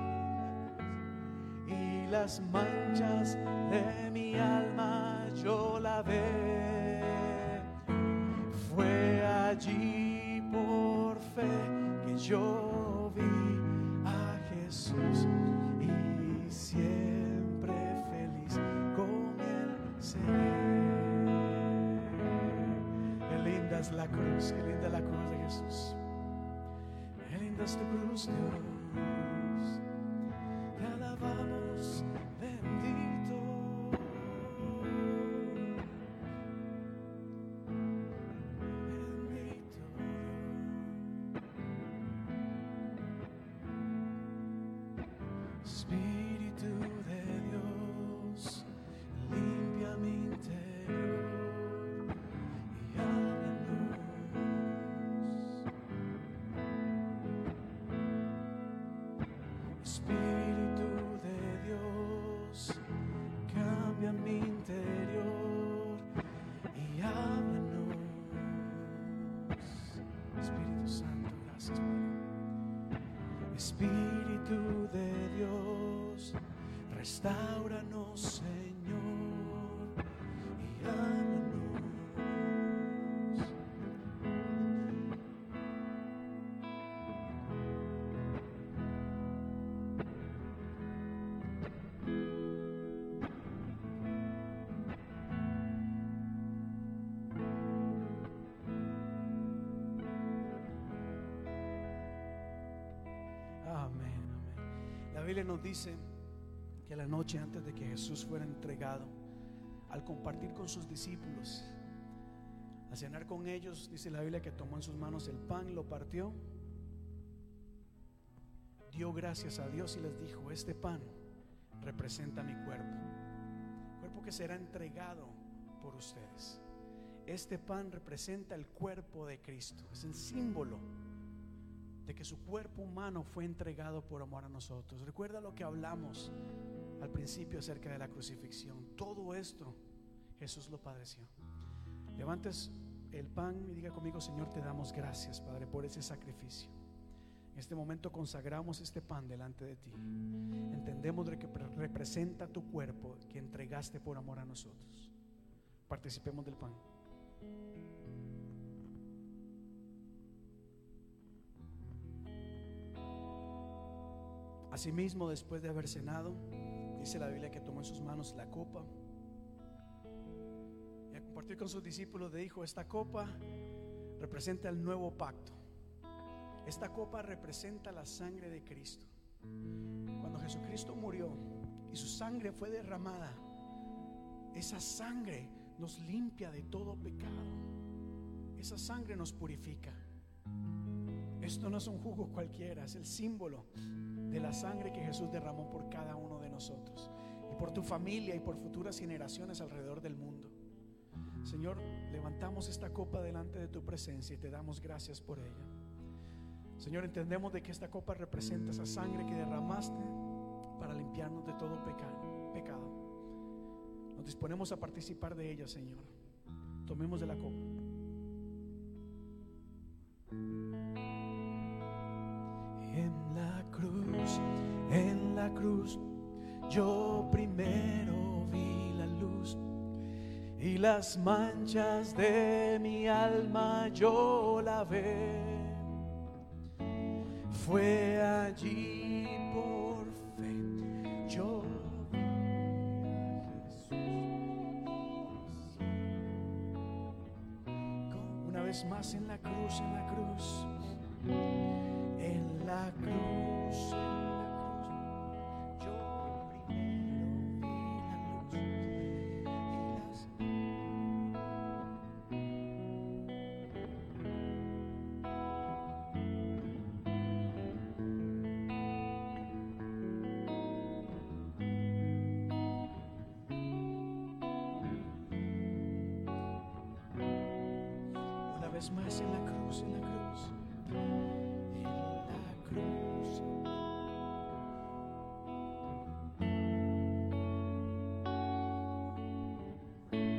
y las manchas de mi alma yo lavé. Fue allí por fe que yo vi a Jesús y siempre feliz con él seré. Qué linda es la cruz, qué linda es la cruz de Jesús. Qué linda es tu cruz, Dios. Te alabamos, bendito. Bendito Dios. Espíritu de Dios, limpia mi interior y háblanos. Espíritu de Dios, cambia mi interior y háblanos. Espíritu Santo, gracias, Padre. Espíritu de Dios, restáuranos, Señor, y háblanos. Amén, amén. La Biblia nos dice que la noche antes de que Jesús fuera entregado, al compartir con sus discípulos, a cenar con ellos, dice la Biblia que tomó en sus manos el pan, lo partió, dio gracias a Dios y les dijo: este pan representa mi cuerpo, cuerpo que será entregado por ustedes. Este pan representa el cuerpo de Cristo, es el símbolo de que su cuerpo humano fue entregado por amor a nosotros. Recuerda lo que hablamos al principio acerca de la crucifixión. Todo esto Jesús lo padeció. Levantes el pan y diga conmigo: Señor, te damos gracias, Padre, por ese sacrificio. En este momento consagramos este pan delante de ti. Entendemos de que representa tu cuerpo que entregaste por amor a nosotros. Participemos del pan. Asimismo, después de haber cenado, dice la Biblia que tomó en sus manos la copa y al compartir con sus discípulos le dijo: esta copa representa el nuevo pacto. Esta copa representa la sangre de Cristo. Cuando Jesucristo murió y su sangre fue derramada, esa sangre nos limpia de todo pecado. Esa sangre nos purifica. Esto no es un jugo cualquiera, es el símbolo de la sangre que Jesús derramó por cada uno de nosotros y por tu familia y por futuras generaciones alrededor del mundo. Señor, levantamos esta copa delante de tu presencia y te damos gracias por ella. Señor, entendemos de que esta copa representa esa sangre que derramaste para limpiarnos de todo pecado, pecado. Nos disponemos a participar de ella, Señor. Tomemos de la copa. En la cruz, en la cruz, yo primero vi la luz y las manchas de mi alma yo lavé. Fue allí por fe yo vi a Jesús. Una vez más en la cruz, en la cruz. En la cruz, en la cruz, yo primero vi la luz y las... Una vez más en la cruz, en la cruz.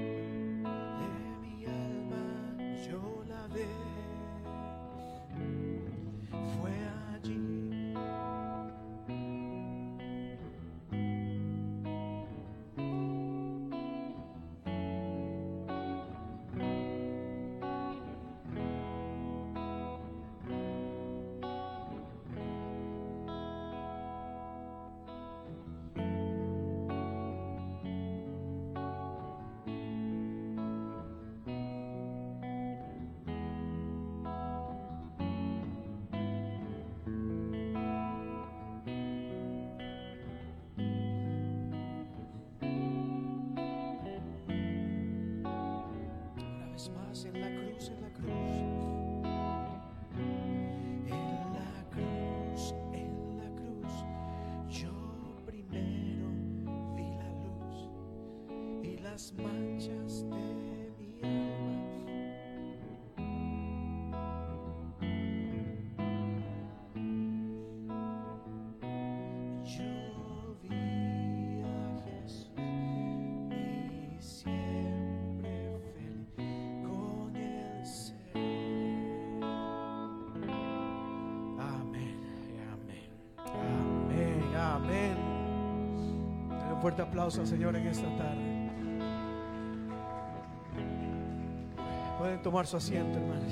De mi alma yo la ve. en la cruz, en la cruz. En la cruz, en la cruz, yo primero vi la luz y las manchas de mi alma. Yo vi a Jesús y siempre feliz con el ser. Amén, amén, amén, amén. Dale un fuerte aplauso al Señor en esta tarde. Pueden tomar su asiento, hermanos.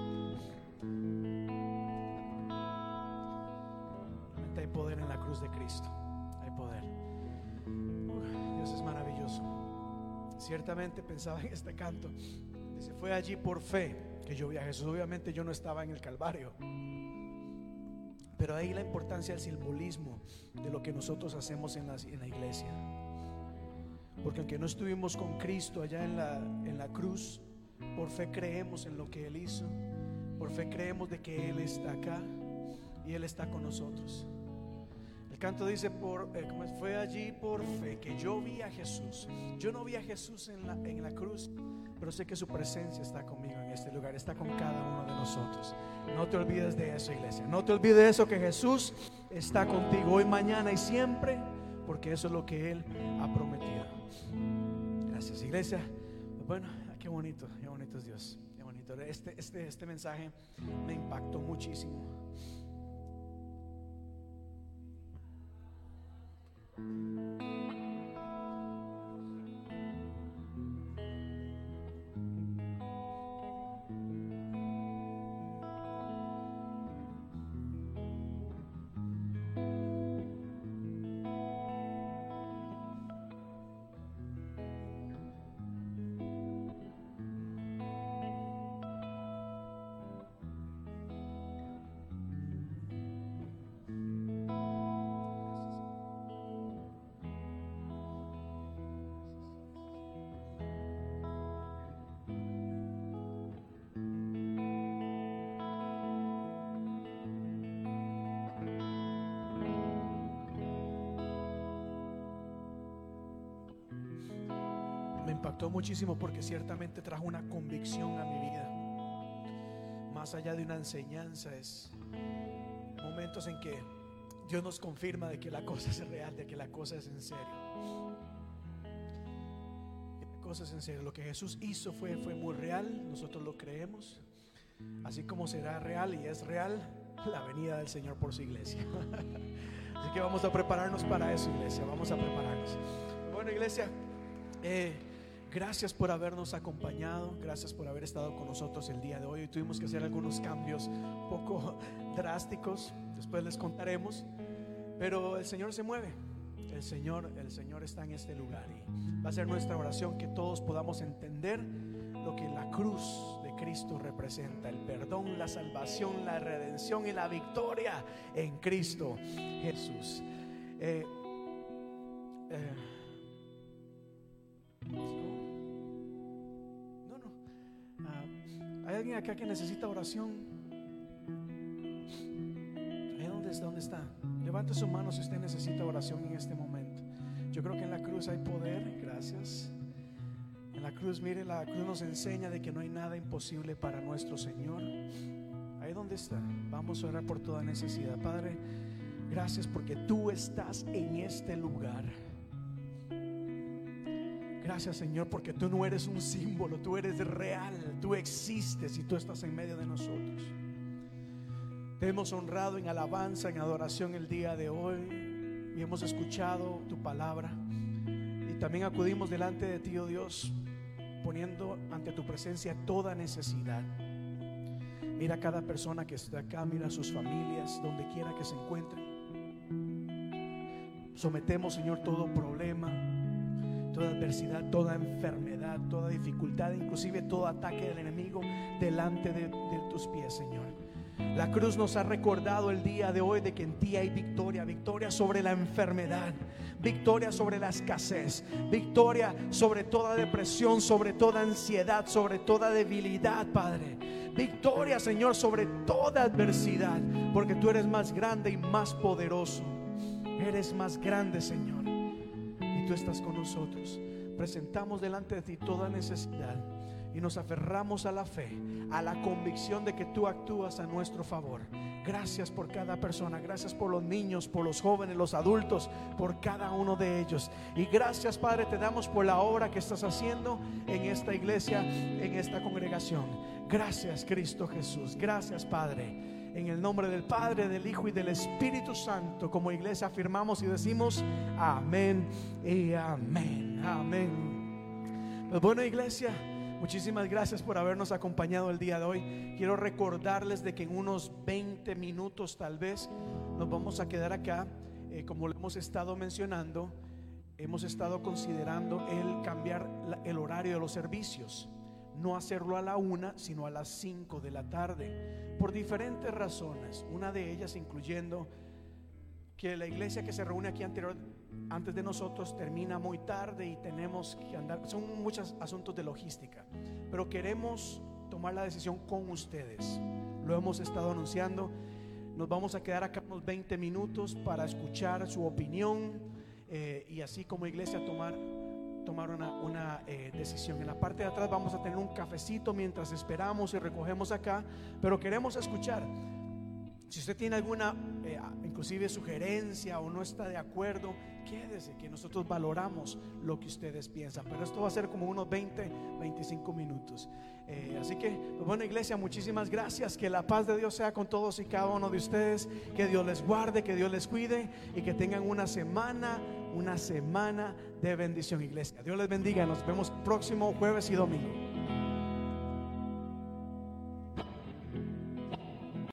Hay poder en la cruz de Cristo. Hay poder. Uh, Dios es maravilloso. Ciertamente pensaba en este canto. Dice, fue allí por fe que yo vi a Jesús. Obviamente yo no estaba en el Calvario, pero ahí la importancia del simbolismo de lo que nosotros hacemos en la, en la iglesia. Porque aunque no estuvimos con Cristo allá en la, en la cruz, por fe creemos en lo que Él hizo. Por fe creemos de que Él está acá y Él está con nosotros. El canto dice, por, eh, ¿cómo es? Fue allí por fe que yo vi a Jesús. Yo no vi a Jesús en la, en la cruz, pero sé que su presencia está conmigo en este lugar, está con cada uno de nosotros. No te olvides de eso, iglesia. No te olvides de eso, que Jesús está contigo hoy, mañana y siempre, porque eso es lo que Él ha prometido. Gracias, iglesia. Bueno, qué bonito, qué bonito es Dios. Qué bonito. Este, este, este mensaje me impactó muchísimo. Me impactó muchísimo porque ciertamente trajo una convicción a mi vida. Más allá de una enseñanza, es momentos en que Dios nos confirma de que la cosa es real, de que la cosa es en serio. La cosa es en serio. Lo que Jesús hizo fue, fue muy real. Nosotros lo creemos. Así como será real y es real la venida del Señor por su iglesia. Así que vamos a prepararnos para eso, iglesia. Vamos a prepararnos. Bueno, iglesia, eh, gracias por habernos acompañado. Gracias por haber estado con nosotros el día de hoy. Tuvimos que hacer algunos cambios un poco drásticos. Después les contaremos. Pero el Señor se mueve. El Señor, el Señor está en este lugar. Y va a ser nuestra oración que todos podamos entender lo que la cruz de Cristo representa: el perdón, la salvación, la redención y la victoria en Cristo Jesús. Eh, eh, no, no. Uh, ¿Hay alguien acá que necesita oración? ¿Ahí dónde está? ¿Dónde está? Levante su mano si usted necesita oración en este momento. Yo creo que en la cruz hay poder. Gracias. En la cruz, mire, la cruz nos enseña de que no hay nada imposible para nuestro Señor. Ahí donde está, vamos a orar por toda necesidad. Padre, gracias porque tú estás en este lugar. Gracias, Señor, porque tú no eres un símbolo, tú eres real, tú existes y tú estás en medio de nosotros. Te hemos honrado en alabanza, en adoración el día de hoy y hemos escuchado tu palabra. Y también acudimos delante de ti, oh Dios, poniendo ante tu presencia toda necesidad. Mira a cada persona que está acá, mira a sus familias, donde quiera que se encuentren. Sometemos, Señor, todo problema, toda adversidad, toda enfermedad, toda dificultad, inclusive todo ataque del enemigo delante de, de tus pies, Señor. La cruz nos ha recordado el día de hoy de que en ti hay victoria, victoria sobre la enfermedad, victoria sobre la escasez, victoria sobre toda depresión, sobre toda ansiedad, sobre toda debilidad, Padre. Victoria, Señor, sobre toda adversidad, porque tú eres más grande y más poderoso. Eres más grande, Señor, y tú estás con nosotros. Presentamos delante de ti toda necesidad y nos aferramos a la fe, a la convicción de que tú actúas a nuestro favor. Gracias por cada persona, gracias por los niños, por los jóvenes, los adultos, por cada uno de ellos. Y gracias, Padre, te damos por la obra que estás haciendo en esta iglesia, en esta congregación. Gracias, Cristo Jesús. Gracias, Padre. En el nombre del Padre, del Hijo y del Espíritu Santo, como iglesia afirmamos y decimos amén y amén. Amén. Pues bueno, iglesia, muchísimas gracias por habernos acompañado el día de hoy. Quiero recordarles de que en unos veinte minutos tal vez nos vamos a quedar acá. eh, Como lo hemos estado mencionando, hemos estado considerando el cambiar la, el horario de los servicios. No hacerlo a la una, sino a las cinco de la tarde, por diferentes razones. Una de ellas incluyendo que la iglesia que se reúne aquí anterior, antes de nosotros termina muy tarde y tenemos que andar. Son muchos asuntos de logística, pero queremos tomar la decisión con ustedes. Lo hemos estado anunciando. Nos vamos a quedar acá unos veinte minutos para escuchar su opinión eh, y así como iglesia tomar tomar una, una eh, decisión. En la parte de atrás vamos a tener un cafecito mientras esperamos y recogemos acá, pero queremos escuchar. Si usted tiene alguna eh, inclusive sugerencia o no está de acuerdo, quédese, que nosotros valoramos lo que ustedes piensan. Pero esto va a ser como unos veinte, veinticinco minutos. eh, Así que, pues bueno, iglesia, muchísimas gracias. Que la paz de Dios sea con todos y cada uno de ustedes. Que Dios les guarde, que Dios les cuide y que tengan una semana Una semana de bendición, iglesia. Dios les bendiga. Nos vemos próximo jueves y domingo.